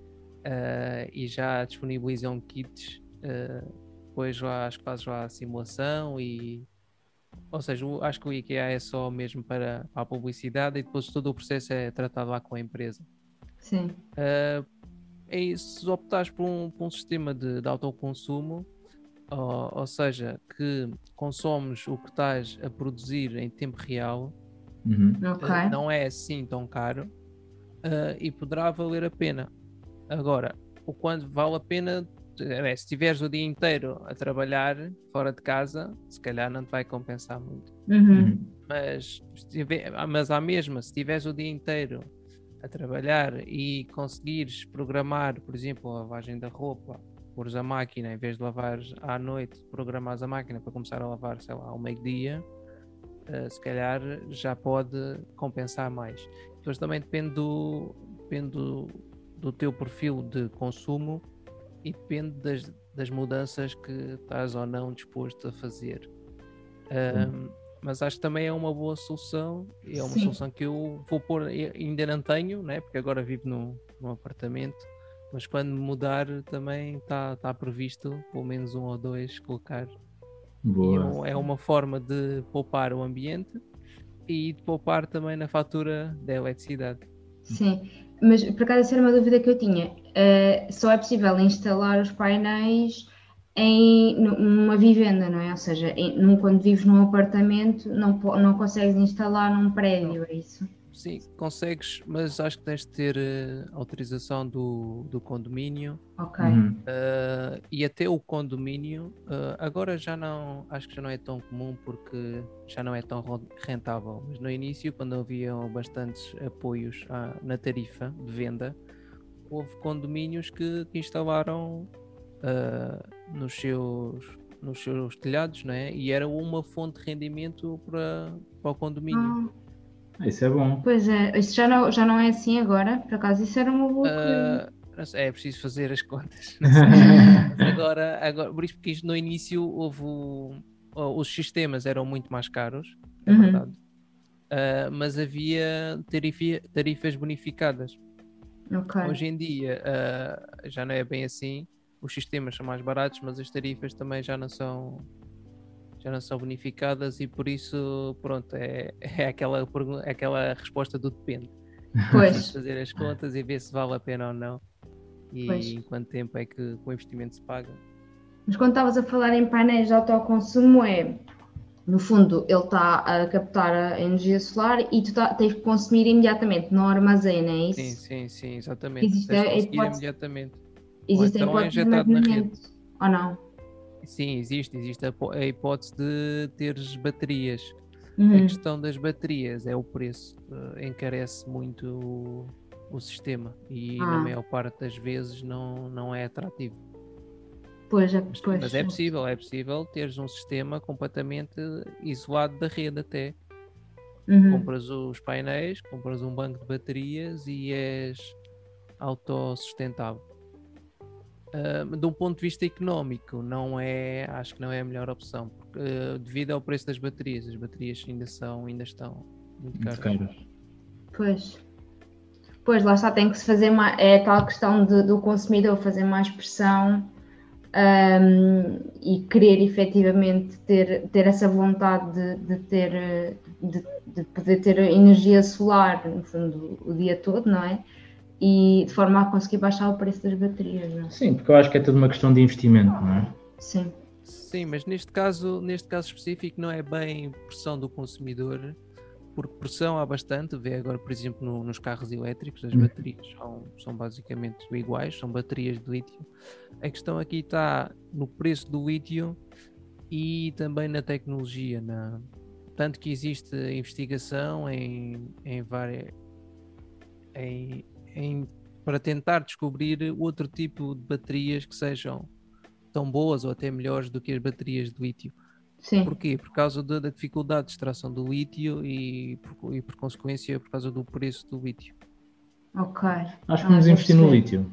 [SPEAKER 3] uh, e já disponibilizam kits. Uh, depois lá, acho que fazes lá a simulação e... Ou seja, o, acho que o IKEA é só mesmo para, para a publicidade e depois todo o processo é tratado lá com a empresa.
[SPEAKER 1] Sim.
[SPEAKER 3] Uh, é isso, se optares por um, por um sistema de, de autoconsumo, ou, ou seja, que consomes o que estás a produzir em tempo real,
[SPEAKER 2] Uhum.
[SPEAKER 1] Ok.
[SPEAKER 3] uh, não é assim tão caro uh, e poderá valer a pena. Agora, o quanto vale a pena, é, se estiveres o dia inteiro a trabalhar fora de casa, se calhar não te vai compensar muito.
[SPEAKER 1] Uhum.
[SPEAKER 2] Uhum.
[SPEAKER 3] Mas, estiver, mas à mesma, se estiveres o dia inteiro a trabalhar e conseguires programar, por exemplo, a lavagem da roupa, pôres a máquina, em vez de lavares à noite, programares a máquina para começar a lavar, sei lá, ao meio-dia, uh, se calhar já pode compensar mais. Depois também depende do, depende do, do teu perfil de consumo e depende das, das mudanças que estás ou não disposto a fazer. Um, mas acho que também é uma boa solução e é uma
[SPEAKER 1] Sim.
[SPEAKER 3] solução que eu vou pôr, ainda não tenho, né? Porque agora vivo num, num apartamento, mas quando mudar também está tá previsto pelo menos um ou dois colocar.
[SPEAKER 2] Boa.
[SPEAKER 3] E é, um, é uma forma de poupar o ambiente e de poupar também na fatura da eletricidade.
[SPEAKER 1] Sim, mas por acaso essa era uma dúvida que eu tinha. Uh, só é possível instalar os painéis em numa vivenda, não é? Ou seja, em, num, quando vives num apartamento não, não consegues instalar num prédio, é isso?
[SPEAKER 3] Sim, consegues, mas acho que tens de ter uh, autorização do, do condomínio.
[SPEAKER 1] Ok.
[SPEAKER 2] Uhum.
[SPEAKER 3] Uh, e até o condomínio uh, agora já não, acho que já não é tão comum porque já não é tão rentável, mas no início, quando havia bastantes apoios à, na tarifa de venda, houve condomínios que, que instalaram uh, nos, seus, nos seus telhados, não é? E era uma fonte de rendimento para, para o condomínio.
[SPEAKER 1] Ah,
[SPEAKER 2] Isso é bom.
[SPEAKER 1] Pois é, isso já não, já não é assim agora, por acaso isso era uma boa coisa.
[SPEAKER 3] Uh, não sei, é preciso fazer as contas. Não sei. Mas agora, agora, por isso porque isto no início houve o- o- os sistemas eram muito mais caros, é
[SPEAKER 1] Uhum.
[SPEAKER 3] verdade. Uh, mas havia tarifa, tarifas bonificadas.
[SPEAKER 1] Ok.
[SPEAKER 3] Hoje em dia uh, já não é bem assim. Os sistemas são mais baratos, mas as tarifas também já não são já não são bonificadas e por isso pronto, é, é aquela, pergu- é aquela resposta do depende.
[SPEAKER 1] Pois,
[SPEAKER 3] Preciso fazer as contas e ver se vale a pena ou não e
[SPEAKER 1] Pois.
[SPEAKER 3] em quanto tempo é que o investimento se paga.
[SPEAKER 1] mas quando estavas a falar em painéis de autoconsumo é, no fundo, ele está a captar a energia solar e tu tá- tens que consumir imediatamente, não armazena, é
[SPEAKER 3] Sim,
[SPEAKER 1] isso?
[SPEAKER 3] sim, sim, exatamente.
[SPEAKER 1] Existe
[SPEAKER 3] Tens de
[SPEAKER 1] a
[SPEAKER 3] conseguir
[SPEAKER 1] hipótese,
[SPEAKER 3] imediatamente. Ou
[SPEAKER 1] existe a
[SPEAKER 3] então é
[SPEAKER 1] hipótese de
[SPEAKER 3] injetado na rede.
[SPEAKER 1] armazenamento, ou não?
[SPEAKER 3] Sim, existe. Existe a, po- a hipótese de teres baterias. A
[SPEAKER 1] Uhum.
[SPEAKER 3] questão das baterias é o preço. eh, encarece muito o, o sistema e na
[SPEAKER 1] Ah.
[SPEAKER 3] maior parte das vezes não, não é atrativo.
[SPEAKER 1] Pois, é,
[SPEAKER 3] Mas,
[SPEAKER 1] pois.
[SPEAKER 3] mas é possível, é possível teres um sistema completamente isolado da rede até.
[SPEAKER 1] Uhum.
[SPEAKER 3] Compras os painéis, compras um banco de baterias e és autossustentável. Uh, de um ponto de vista económico, não é, acho que não é a melhor opção, porque, uh, devido ao preço das baterias, as baterias ainda são, ainda estão muito
[SPEAKER 2] Muito
[SPEAKER 3] caras.
[SPEAKER 2] caras.
[SPEAKER 1] Pois. Pois, lá está, tem que se fazer mais, é a tal questão de- do consumidor fazer mais pressão ahm, e querer efetivamente ter, ter essa vontade de, de ter, eh, de, de poder ter energia solar, no fundo, o dia todo, não é? E de forma a conseguir baixar o preço das baterias, não é?
[SPEAKER 2] Sim, porque eu acho que é tudo uma questão de investimento, não é?
[SPEAKER 1] Sim.
[SPEAKER 3] Sim, mas neste caso, neste caso específico não é bem pressão do consumidor, porque pressão há bastante, vê agora por exemplo no- nos carros elétricos, as
[SPEAKER 2] Hum.
[SPEAKER 3] baterias são, são basicamente iguais, são baterias de lítio. A questão aqui está no preço do lítio e também na tecnologia, na... tanto que existe investigação em, em várias em, em- para tentar descobrir outro tipo de baterias que sejam tão boas ou até melhores do que as baterias de lítio.
[SPEAKER 1] Sim.
[SPEAKER 3] Porquê? Por causa da, da dificuldade de extração do lítio e por, e por consequência por causa do preço do lítio.
[SPEAKER 1] Ok.
[SPEAKER 2] Acho que
[SPEAKER 1] Ah,
[SPEAKER 2] vamos
[SPEAKER 1] já
[SPEAKER 2] investir no
[SPEAKER 1] percebi.
[SPEAKER 2] lítio.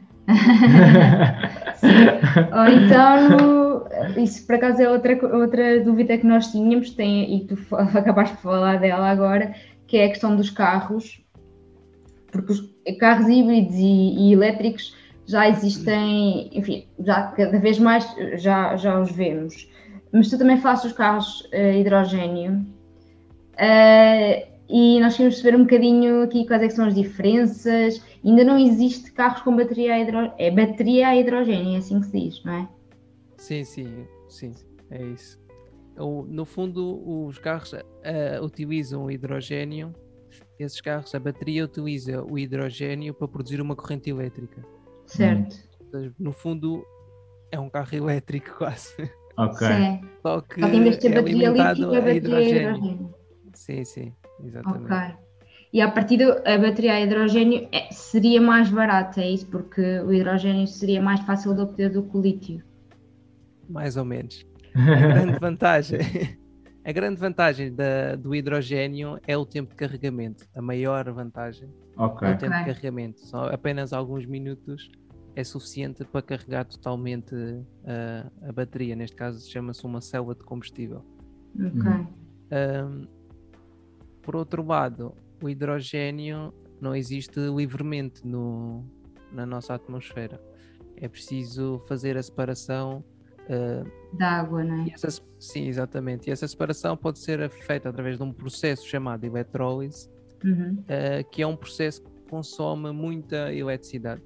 [SPEAKER 1] Ou então, no- isso por acaso é outra, outra dúvida que nós tínhamos, tem, e tu fa- acabaste de falar dela agora, que é a questão dos carros, porque os carros híbridos e, e elétricos já existem, enfim, já cada vez mais já, já os vemos. Mas tu também falas dos carros a hidrogénio. Uh, e nós queremos saber um bocadinho aqui quais é que são as diferenças. Ainda não existe carros com bateria a hidrogênio. É bateria a hidrogênio, é assim que se diz, não é?
[SPEAKER 3] Sim, sim, sim, é isso. O- no fundo, os carros ah, utilizam o hidrogênio. Esses carros, a bateria utiliza o hidrogênio para produzir uma corrente elétrica.
[SPEAKER 1] Certo.
[SPEAKER 3] Ou seja, no fundo, é um carro elétrico quase.
[SPEAKER 2] Ok.
[SPEAKER 1] Sim.
[SPEAKER 3] Só que
[SPEAKER 1] Só que em vez de ter
[SPEAKER 3] é
[SPEAKER 1] bateria
[SPEAKER 3] alimentado
[SPEAKER 1] lítio, é
[SPEAKER 3] a
[SPEAKER 1] bateria a
[SPEAKER 3] hidrogênio.
[SPEAKER 1] hidrogênio.
[SPEAKER 3] Sim, sim,
[SPEAKER 1] Ok.
[SPEAKER 3] exatamente.
[SPEAKER 1] E a partir da bateria a hidrogênio é- seria mais barata, é isso? Porque o hidrogênio seria mais fácil de obter do que o lítio.
[SPEAKER 3] Mais ou menos. A grande vantagem, a grande vantagem da- do hidrogênio é o tempo de carregamento. A maior vantagem
[SPEAKER 2] Ok.
[SPEAKER 3] é o tempo de
[SPEAKER 1] Ok.
[SPEAKER 3] carregamento. Só apenas alguns minutos é suficiente para carregar totalmente a, a bateria. Neste caso chama-se uma célula de combustível.
[SPEAKER 1] Ok.
[SPEAKER 2] Uhum.
[SPEAKER 3] Ahm, por outro lado, o hidrogênio não existe livremente no, na nossa atmosfera. É preciso fazer a separação. ah,
[SPEAKER 1] Da água, não
[SPEAKER 3] e
[SPEAKER 1] é?
[SPEAKER 3] essa, sim, exatamente. E essa separação pode ser feita através de um processo chamado eletrólise,
[SPEAKER 1] Uhum.
[SPEAKER 3] ah, que é um processo que consome muita eletricidade.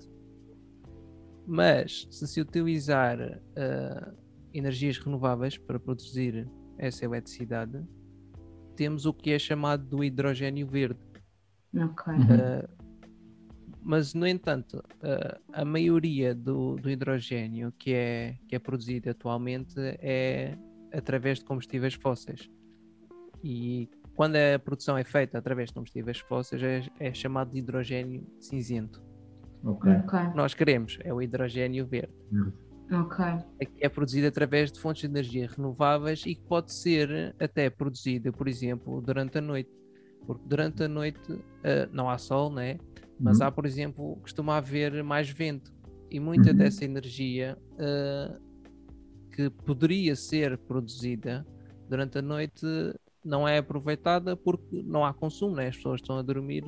[SPEAKER 3] Mas se se utilizar ah, energias renováveis para produzir essa eletricidade, temos o que é chamado do hidrogênio verde.
[SPEAKER 1] Ok.
[SPEAKER 2] Uhum.
[SPEAKER 3] Mas, no entanto, uh, a maioria do, do hidrogênio que é, que é produzido atualmente é através de combustíveis fósseis. E quando a produção é feita através de combustíveis fósseis é, é chamado de hidrogênio cinzento.
[SPEAKER 2] Ok.
[SPEAKER 1] Ok.
[SPEAKER 3] O que nós queremos é o hidrogênio verde,
[SPEAKER 1] Ok.
[SPEAKER 3] que é produzido através de fontes de energia renováveis e que pode ser até produzido, por exemplo, durante a noite. Porque durante a noite uh, não há sol, né? Mas
[SPEAKER 2] Uhum.
[SPEAKER 3] há, por exemplo, costuma haver mais vento. E muita
[SPEAKER 2] Uhum.
[SPEAKER 3] dessa energia uh, que poderia ser produzida durante a noite não é aproveitada porque não há consumo, né? As pessoas estão a dormir,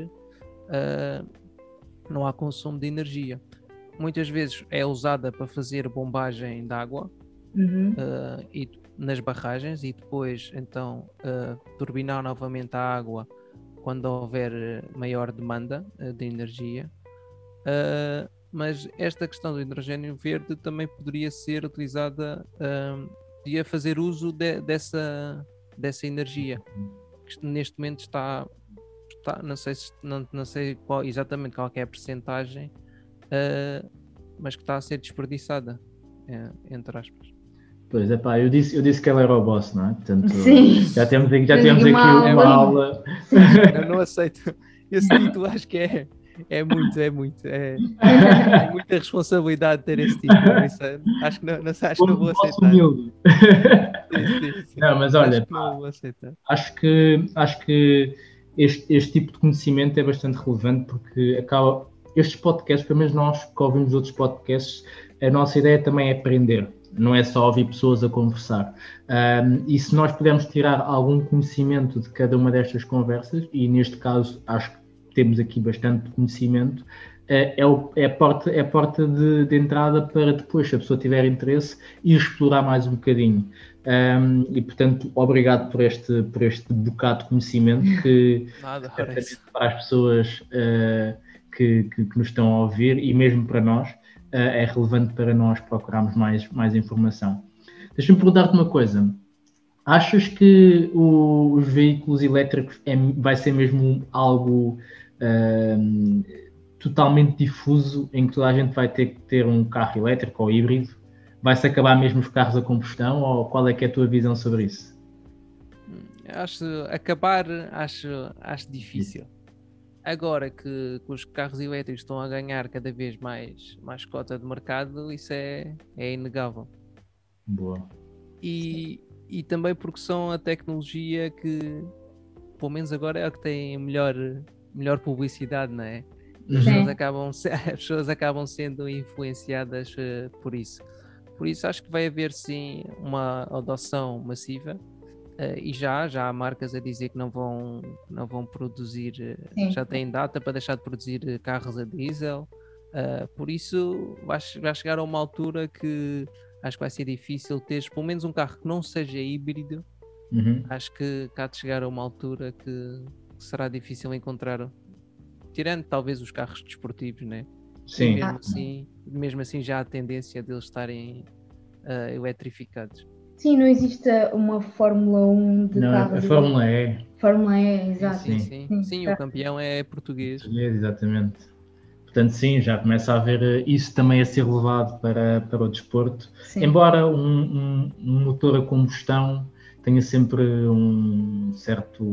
[SPEAKER 3] uh, não há consumo de energia. Muitas vezes é usada para fazer bombagem de água
[SPEAKER 1] Uhum.
[SPEAKER 3] uh, e, nas barragens e depois então uh, turbinar novamente a água quando houver maior demanda uh, de energia. Uh, mas esta questão do hidrogênio verde também poderia ser utilizada, uh, podia fazer uso de, dessa, dessa energia que neste momento está, está não sei, se, não, não sei qual, exatamente qual é a percentagem, uh, mas que está a ser desperdiçada, uh, entre aspas.
[SPEAKER 2] Pois é, pá, eu disse, eu disse que ela era o boss, não é? Portanto,
[SPEAKER 1] Sim.
[SPEAKER 2] já temos, já temos aqui
[SPEAKER 1] uma
[SPEAKER 2] uma
[SPEAKER 1] aula.
[SPEAKER 2] aula.
[SPEAKER 3] Eu não aceito esse título, acho que é, é muito, é muito, é, é muita responsabilidade ter esse título, isso é, acho que não, não, acho que não vou aceitar.
[SPEAKER 2] Humilde.
[SPEAKER 3] Sim, sim, sim.
[SPEAKER 2] Não, mas olha,
[SPEAKER 3] acho que não vou aceitar.
[SPEAKER 2] Acho que, acho que este, este tipo de conhecimento é bastante relevante porque acaba, estes podcasts, pelo menos nós que ouvimos outros podcasts, a nossa ideia também é aprender, não é só ouvir pessoas a conversar. Um, e se nós pudermos tirar algum conhecimento de cada uma destas conversas, e neste caso acho que temos aqui bastante conhecimento, é, o, é a porta, é a porta de, de entrada para depois, se a pessoa tiver interesse, ir explorar mais um bocadinho. Um, e portanto, obrigado por este, por este bocado de conhecimento que
[SPEAKER 3] Nada,
[SPEAKER 2] para as pessoas uh, que, que, que nos estão a ouvir e mesmo para nós uh, é relevante para nós procurarmos mais, mais informação. Deixa-me perguntar-te uma coisa. Achas que o, os veículos elétricos é, vai ser mesmo algo uh, totalmente difuso em que toda a gente vai ter que ter um carro elétrico ou híbrido? Vai-se acabar mesmo os carros a combustão ou qual é que é a tua visão sobre isso?
[SPEAKER 3] Acho acabar, acho, acho difícil. Agora que, que os carros elétricos estão a ganhar cada vez mais, mais cota de mercado, isso é, é inegável.
[SPEAKER 2] Boa.
[SPEAKER 3] E, e também porque são a tecnologia que, pelo menos agora, é a que tem melhor, melhor publicidade, não é? As pessoas, acabam, as pessoas acabam sendo influenciadas uh, por isso. Por isso acho que vai haver sim uma adoção massiva uh, e já, já há marcas a dizer que não vão, não vão produzir, uh, já têm data para deixar de produzir uh, carros a diesel. Uh, por isso vai, vai chegar a uma altura que acho que vai ser difícil teres pelo menos um carro que não seja híbrido.
[SPEAKER 2] Uhum.
[SPEAKER 3] Acho que cá de chegar a uma altura que, que será difícil encontrar, tirando talvez os carros desportivos, né?
[SPEAKER 2] Sim.
[SPEAKER 3] E mesmo assim, mesmo assim já há tendência deles estarem uh, eletrificados.
[SPEAKER 1] Sim, não existe uma Fórmula um de
[SPEAKER 2] não,
[SPEAKER 1] carros.
[SPEAKER 2] A Fórmula E.
[SPEAKER 1] Fórmula E, exato.
[SPEAKER 3] Sim, sim, sim. sim, sim o campeão é português.
[SPEAKER 2] Português, exatamente. Portanto, sim, já começa a haver isso também a ser levado para, para o desporto. Sim. Embora um, um, um motor a combustão tenha sempre um certo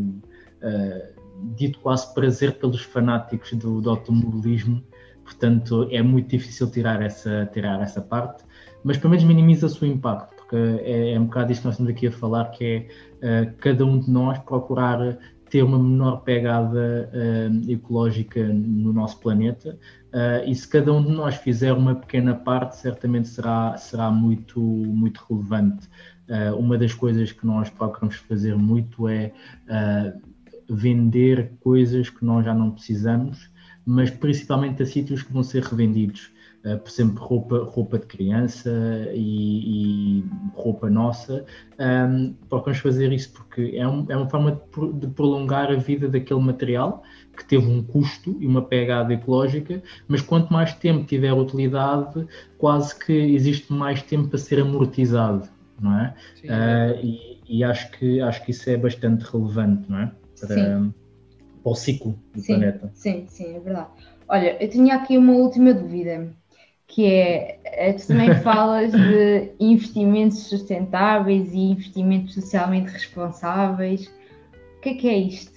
[SPEAKER 2] uh, dito quase prazer pelos fanáticos do, do automobilismo, portanto é muito difícil tirar essa, tirar essa parte, mas pelo menos minimiza-se o impacto, porque é, é um bocado isto que nós estamos aqui a falar, que é uh, cada um de nós procurar ter uma menor pegada uh, ecológica no nosso planeta, uh, e se cada um de nós fizer uma pequena parte, certamente será, será muito, muito relevante. Uh, uma das coisas que nós procuramos fazer muito é uh, vender coisas que nós já não precisamos, mas principalmente a sítios que vão ser revendidos. Uh, por exemplo, roupa, roupa de criança e, e roupa nossa. Um, procuramos fazer isso porque é, um, é uma forma de, de prolongar a vida daquele material que teve um custo e uma pegada ecológica, mas quanto mais tempo tiver utilidade, quase que existe mais tempo para ser amortizado, não é? Sim, uh, e, e acho que, acho que isso é bastante relevante, não é? Para, para o ciclo do
[SPEAKER 1] sim,
[SPEAKER 2] planeta.
[SPEAKER 1] Sim, sim, é verdade. Olha, eu tinha aqui uma última dúvida, que é, tu também falas de investimentos sustentáveis e investimentos socialmente responsáveis. O que é que é isto?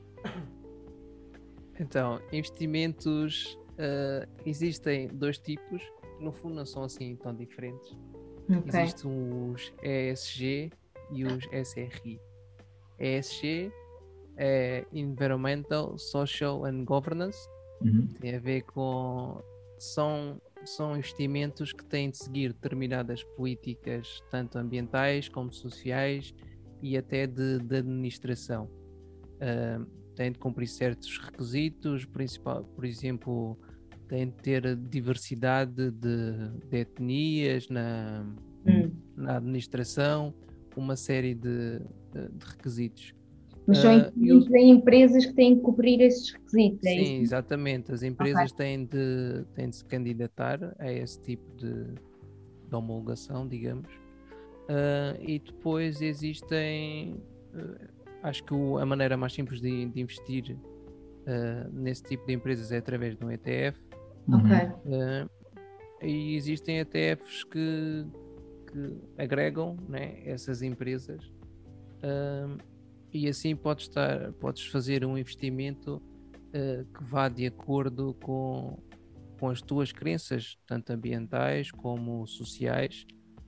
[SPEAKER 3] Então, investimentos, uh, existem dois tipos, que no fundo não são assim tão diferentes. Okay. Existem os E S G e os S R I. E S G é Environmental, Social and Governance.
[SPEAKER 2] Uhum.
[SPEAKER 3] Tem a ver com... São, são investimentos que têm de seguir determinadas políticas, tanto ambientais como sociais e até de, de administração. Uh, têm de cumprir certos requisitos, principal, por exemplo, têm de ter diversidade de, de etnias na,
[SPEAKER 1] Hum.
[SPEAKER 3] na administração, uma série de, de requisitos.
[SPEAKER 1] Mas são
[SPEAKER 3] Uh,
[SPEAKER 1] uh, em empresas que têm que cumprir esses requisitos, é
[SPEAKER 3] sim,
[SPEAKER 1] isso?
[SPEAKER 3] exatamente. As empresas
[SPEAKER 1] Okay.
[SPEAKER 3] têm, de, têm de se candidatar a esse tipo de, de homologação, digamos. Uh, e depois existem... Uh, acho que o, a maneira mais simples de, de investir uh, nesse tipo de empresas é através de um E T F.
[SPEAKER 1] Ok.
[SPEAKER 3] Uh, e existem E T Fs que, que agregam, né, essas empresas. Uh, e assim podes, estar, podes fazer um investimento uh, que vá de acordo com, com as tuas crenças, tanto ambientais como sociais.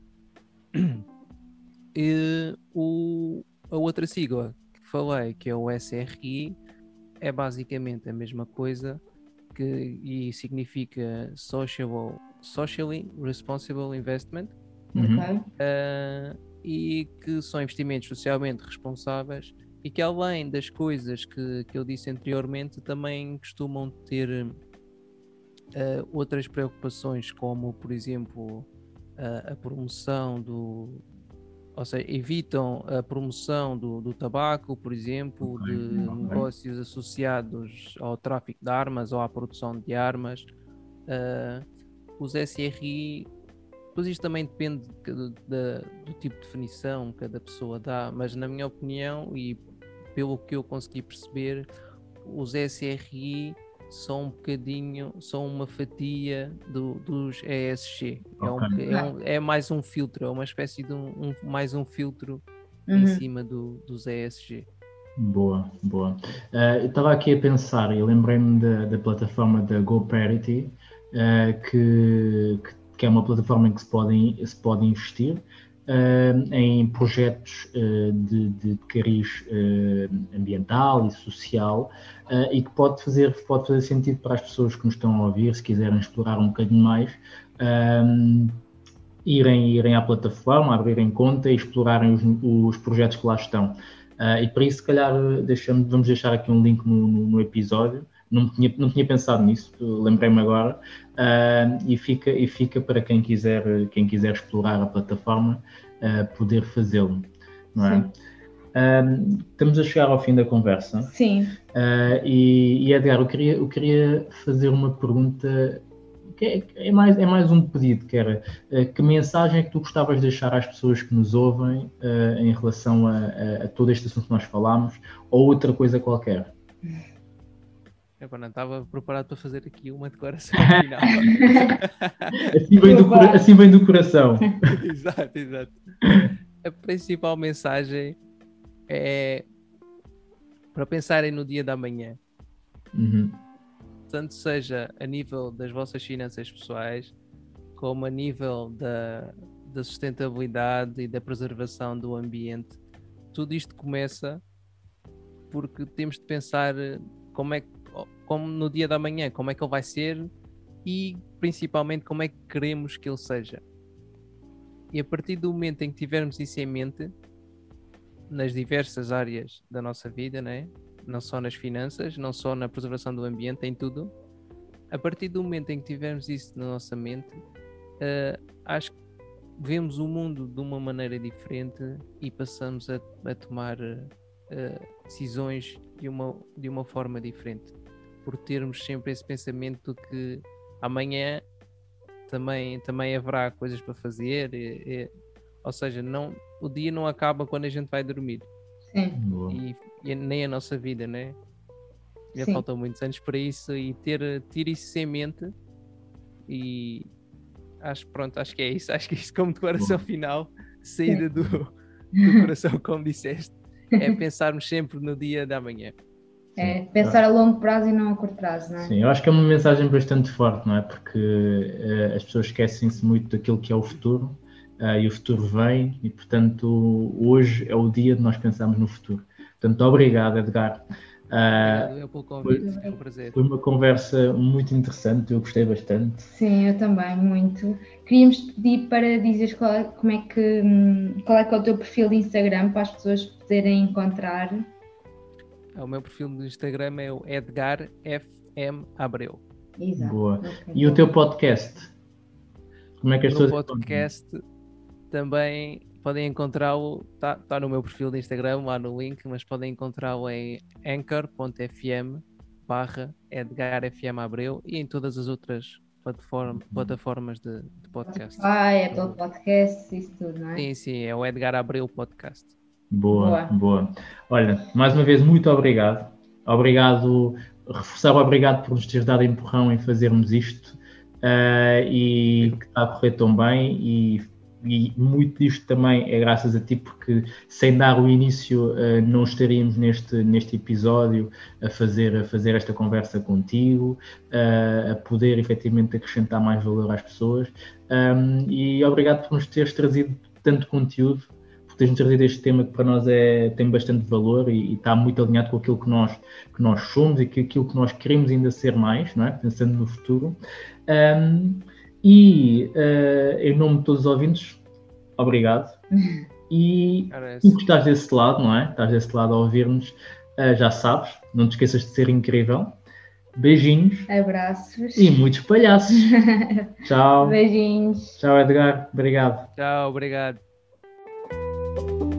[SPEAKER 3] E o, a outra sigla que falei, que é o S R I, é basicamente a mesma coisa que, e significa Social, Socially Responsible Investment.
[SPEAKER 2] Uhum.
[SPEAKER 1] Ok.
[SPEAKER 3] Uh, e que são investimentos socialmente responsáveis e que, além das coisas que, que eu disse anteriormente, também costumam ter uh, outras preocupações, como, por exemplo, uh, a promoção do... Ou seja, evitam a promoção do, do tabaco, por exemplo,
[SPEAKER 2] Okay.
[SPEAKER 3] de
[SPEAKER 2] Okay.
[SPEAKER 3] negócios associados ao tráfico de armas ou à produção de armas. Uh, os S R I... Pois isto também depende de, de, do tipo de definição que cada pessoa dá, mas na minha opinião e pelo que eu consegui perceber, os S R I são um bocadinho, são uma fatia do, dos E S G. É,
[SPEAKER 2] Okay.
[SPEAKER 3] um, é, um, é mais um filtro, é uma espécie de um, um, mais um filtro
[SPEAKER 1] Uhum.
[SPEAKER 3] em cima do, dos E S G.
[SPEAKER 2] Boa, boa. Uh, eu estava aqui a pensar e lembrei-me da, da plataforma da GoParity, uh, que, que que é uma plataforma em que se pode, se pode investir uh, em projetos uh, de, de cariz uh, ambiental e social uh, e que pode fazer, pode fazer sentido para as pessoas que nos estão a ouvir, se quiserem explorar um bocadinho mais, um, irem, irem à plataforma, abrirem conta e explorarem os, os projetos que lá estão. Uh, e para isso, se calhar, deixamos, vamos deixar aqui um link no, no, no episódio. Não tinha, não tinha pensado nisso, lembrei-me agora, uh, e, fica, e fica para quem quiser, quem quiser explorar a plataforma, uh, poder fazê-lo, não é? Uh, estamos a chegar ao fim da conversa.
[SPEAKER 1] Sim.
[SPEAKER 2] Uh, e, e Edgar, eu queria, eu queria fazer uma pergunta, que é, é, mais, é mais um pedido, que era, uh, que mensagem é que tu gostavas de deixar às pessoas que nos ouvem uh, em relação a, a, a todo este assunto que nós falámos, ou outra coisa qualquer?
[SPEAKER 3] Eu não estava preparado para fazer aqui uma declaração final.
[SPEAKER 2] assim, vem do, assim vem do coração.
[SPEAKER 3] Exato, exato. A principal mensagem é para pensarem no dia da manhã.
[SPEAKER 2] Uhum.
[SPEAKER 3] Tanto seja a nível das vossas finanças pessoais, como a nível da, da sustentabilidade e da preservação do ambiente. Tudo isto começa porque temos de pensar como é que como no dia da manhã, como é que ele vai ser e principalmente como é que queremos que ele seja. E a partir do momento em que tivermos isso em mente, nas diversas áreas da nossa vida, né? Não só nas finanças, não só na preservação do ambiente, em tudo, a partir do momento em que tivermos isso na nossa mente, uh, acho que vemos o mundo de uma maneira diferente e passamos a, a tomar uh, decisões de uma, de uma forma diferente. Por termos sempre esse pensamento de que amanhã também, também haverá coisas para fazer, e, e, ou seja, não, o dia não acaba quando a gente vai dormir.
[SPEAKER 1] Sim.
[SPEAKER 3] E, e nem a nossa vida, né? Já
[SPEAKER 1] Sim.
[SPEAKER 3] faltam muitos anos para isso e ter, ter isso em mente e acho, pronto, acho que é isso, acho que isso como declaração Boa. Final, saída do, do coração, como disseste, é pensarmos sempre no dia da manhã.
[SPEAKER 1] É, pensar a longo prazo e não a curto prazo, não é?
[SPEAKER 2] Sim, eu acho que é uma mensagem bastante forte, não é? Porque uh, as pessoas esquecem-se muito daquilo que é o futuro uh, e o futuro vem e, portanto, hoje é o dia de nós pensarmos no futuro. Portanto, obrigado, Edgar.
[SPEAKER 3] Obrigado eu pelo convite,
[SPEAKER 2] foi,
[SPEAKER 3] é um prazer.
[SPEAKER 2] Foi uma conversa muito interessante, eu gostei bastante.
[SPEAKER 1] Sim, eu também, muito. Queríamos te pedir para dizeres qual é, como é que, qual é que é o teu perfil de Instagram para as pessoas poderem encontrar.
[SPEAKER 3] O meu perfil do Instagram é o Edgar F M Abreu.
[SPEAKER 1] Exato.
[SPEAKER 2] Boa.
[SPEAKER 1] Okay.
[SPEAKER 2] E o teu podcast? Como é que as
[SPEAKER 3] No
[SPEAKER 2] pessoas
[SPEAKER 3] podcast encontram? Também podem encontrá-lo, está tá no meu perfil de Instagram, lá no link, mas podem encontrá-lo em anchor ponto f m barra Edgar F M Abreu e em todas as outras plataform, plataformas de, de podcast.
[SPEAKER 1] Ah, Apple Podcasts, isso tudo, não é?
[SPEAKER 3] Sim, sim, é o Edgar Abreu Podcast.
[SPEAKER 2] Boa, boa, boa. Olha, mais uma vez, muito obrigado. Obrigado, reforçar o obrigado por nos teres dado empurrão em fazermos isto uh, e que está a correr tão bem e, e muito disto também é graças a ti, porque sem dar o início uh, não estaríamos neste, neste episódio a fazer, a fazer esta conversa contigo, uh, a poder efetivamente acrescentar mais valor às pessoas um, e obrigado por nos teres trazido tanto conteúdo, teres-nos trazido este tema que para nós é, tem bastante valor e, e está muito alinhado com aquilo que nós, que nós somos e que aquilo que nós queremos ainda ser mais, não é? Pensando no futuro. Um, e uh, em nome de todos os ouvintes, obrigado. E tu que estás desse lado, não é? Estás desse lado a ouvir-nos, uh, já sabes, não te esqueças de ser incrível. Beijinhos.
[SPEAKER 1] Abraços.
[SPEAKER 2] E muitos palhaços. Tchau.
[SPEAKER 1] Beijinhos.
[SPEAKER 2] Tchau, Edgar. Obrigado.
[SPEAKER 3] Tchau, obrigado.
[SPEAKER 1] Thank you.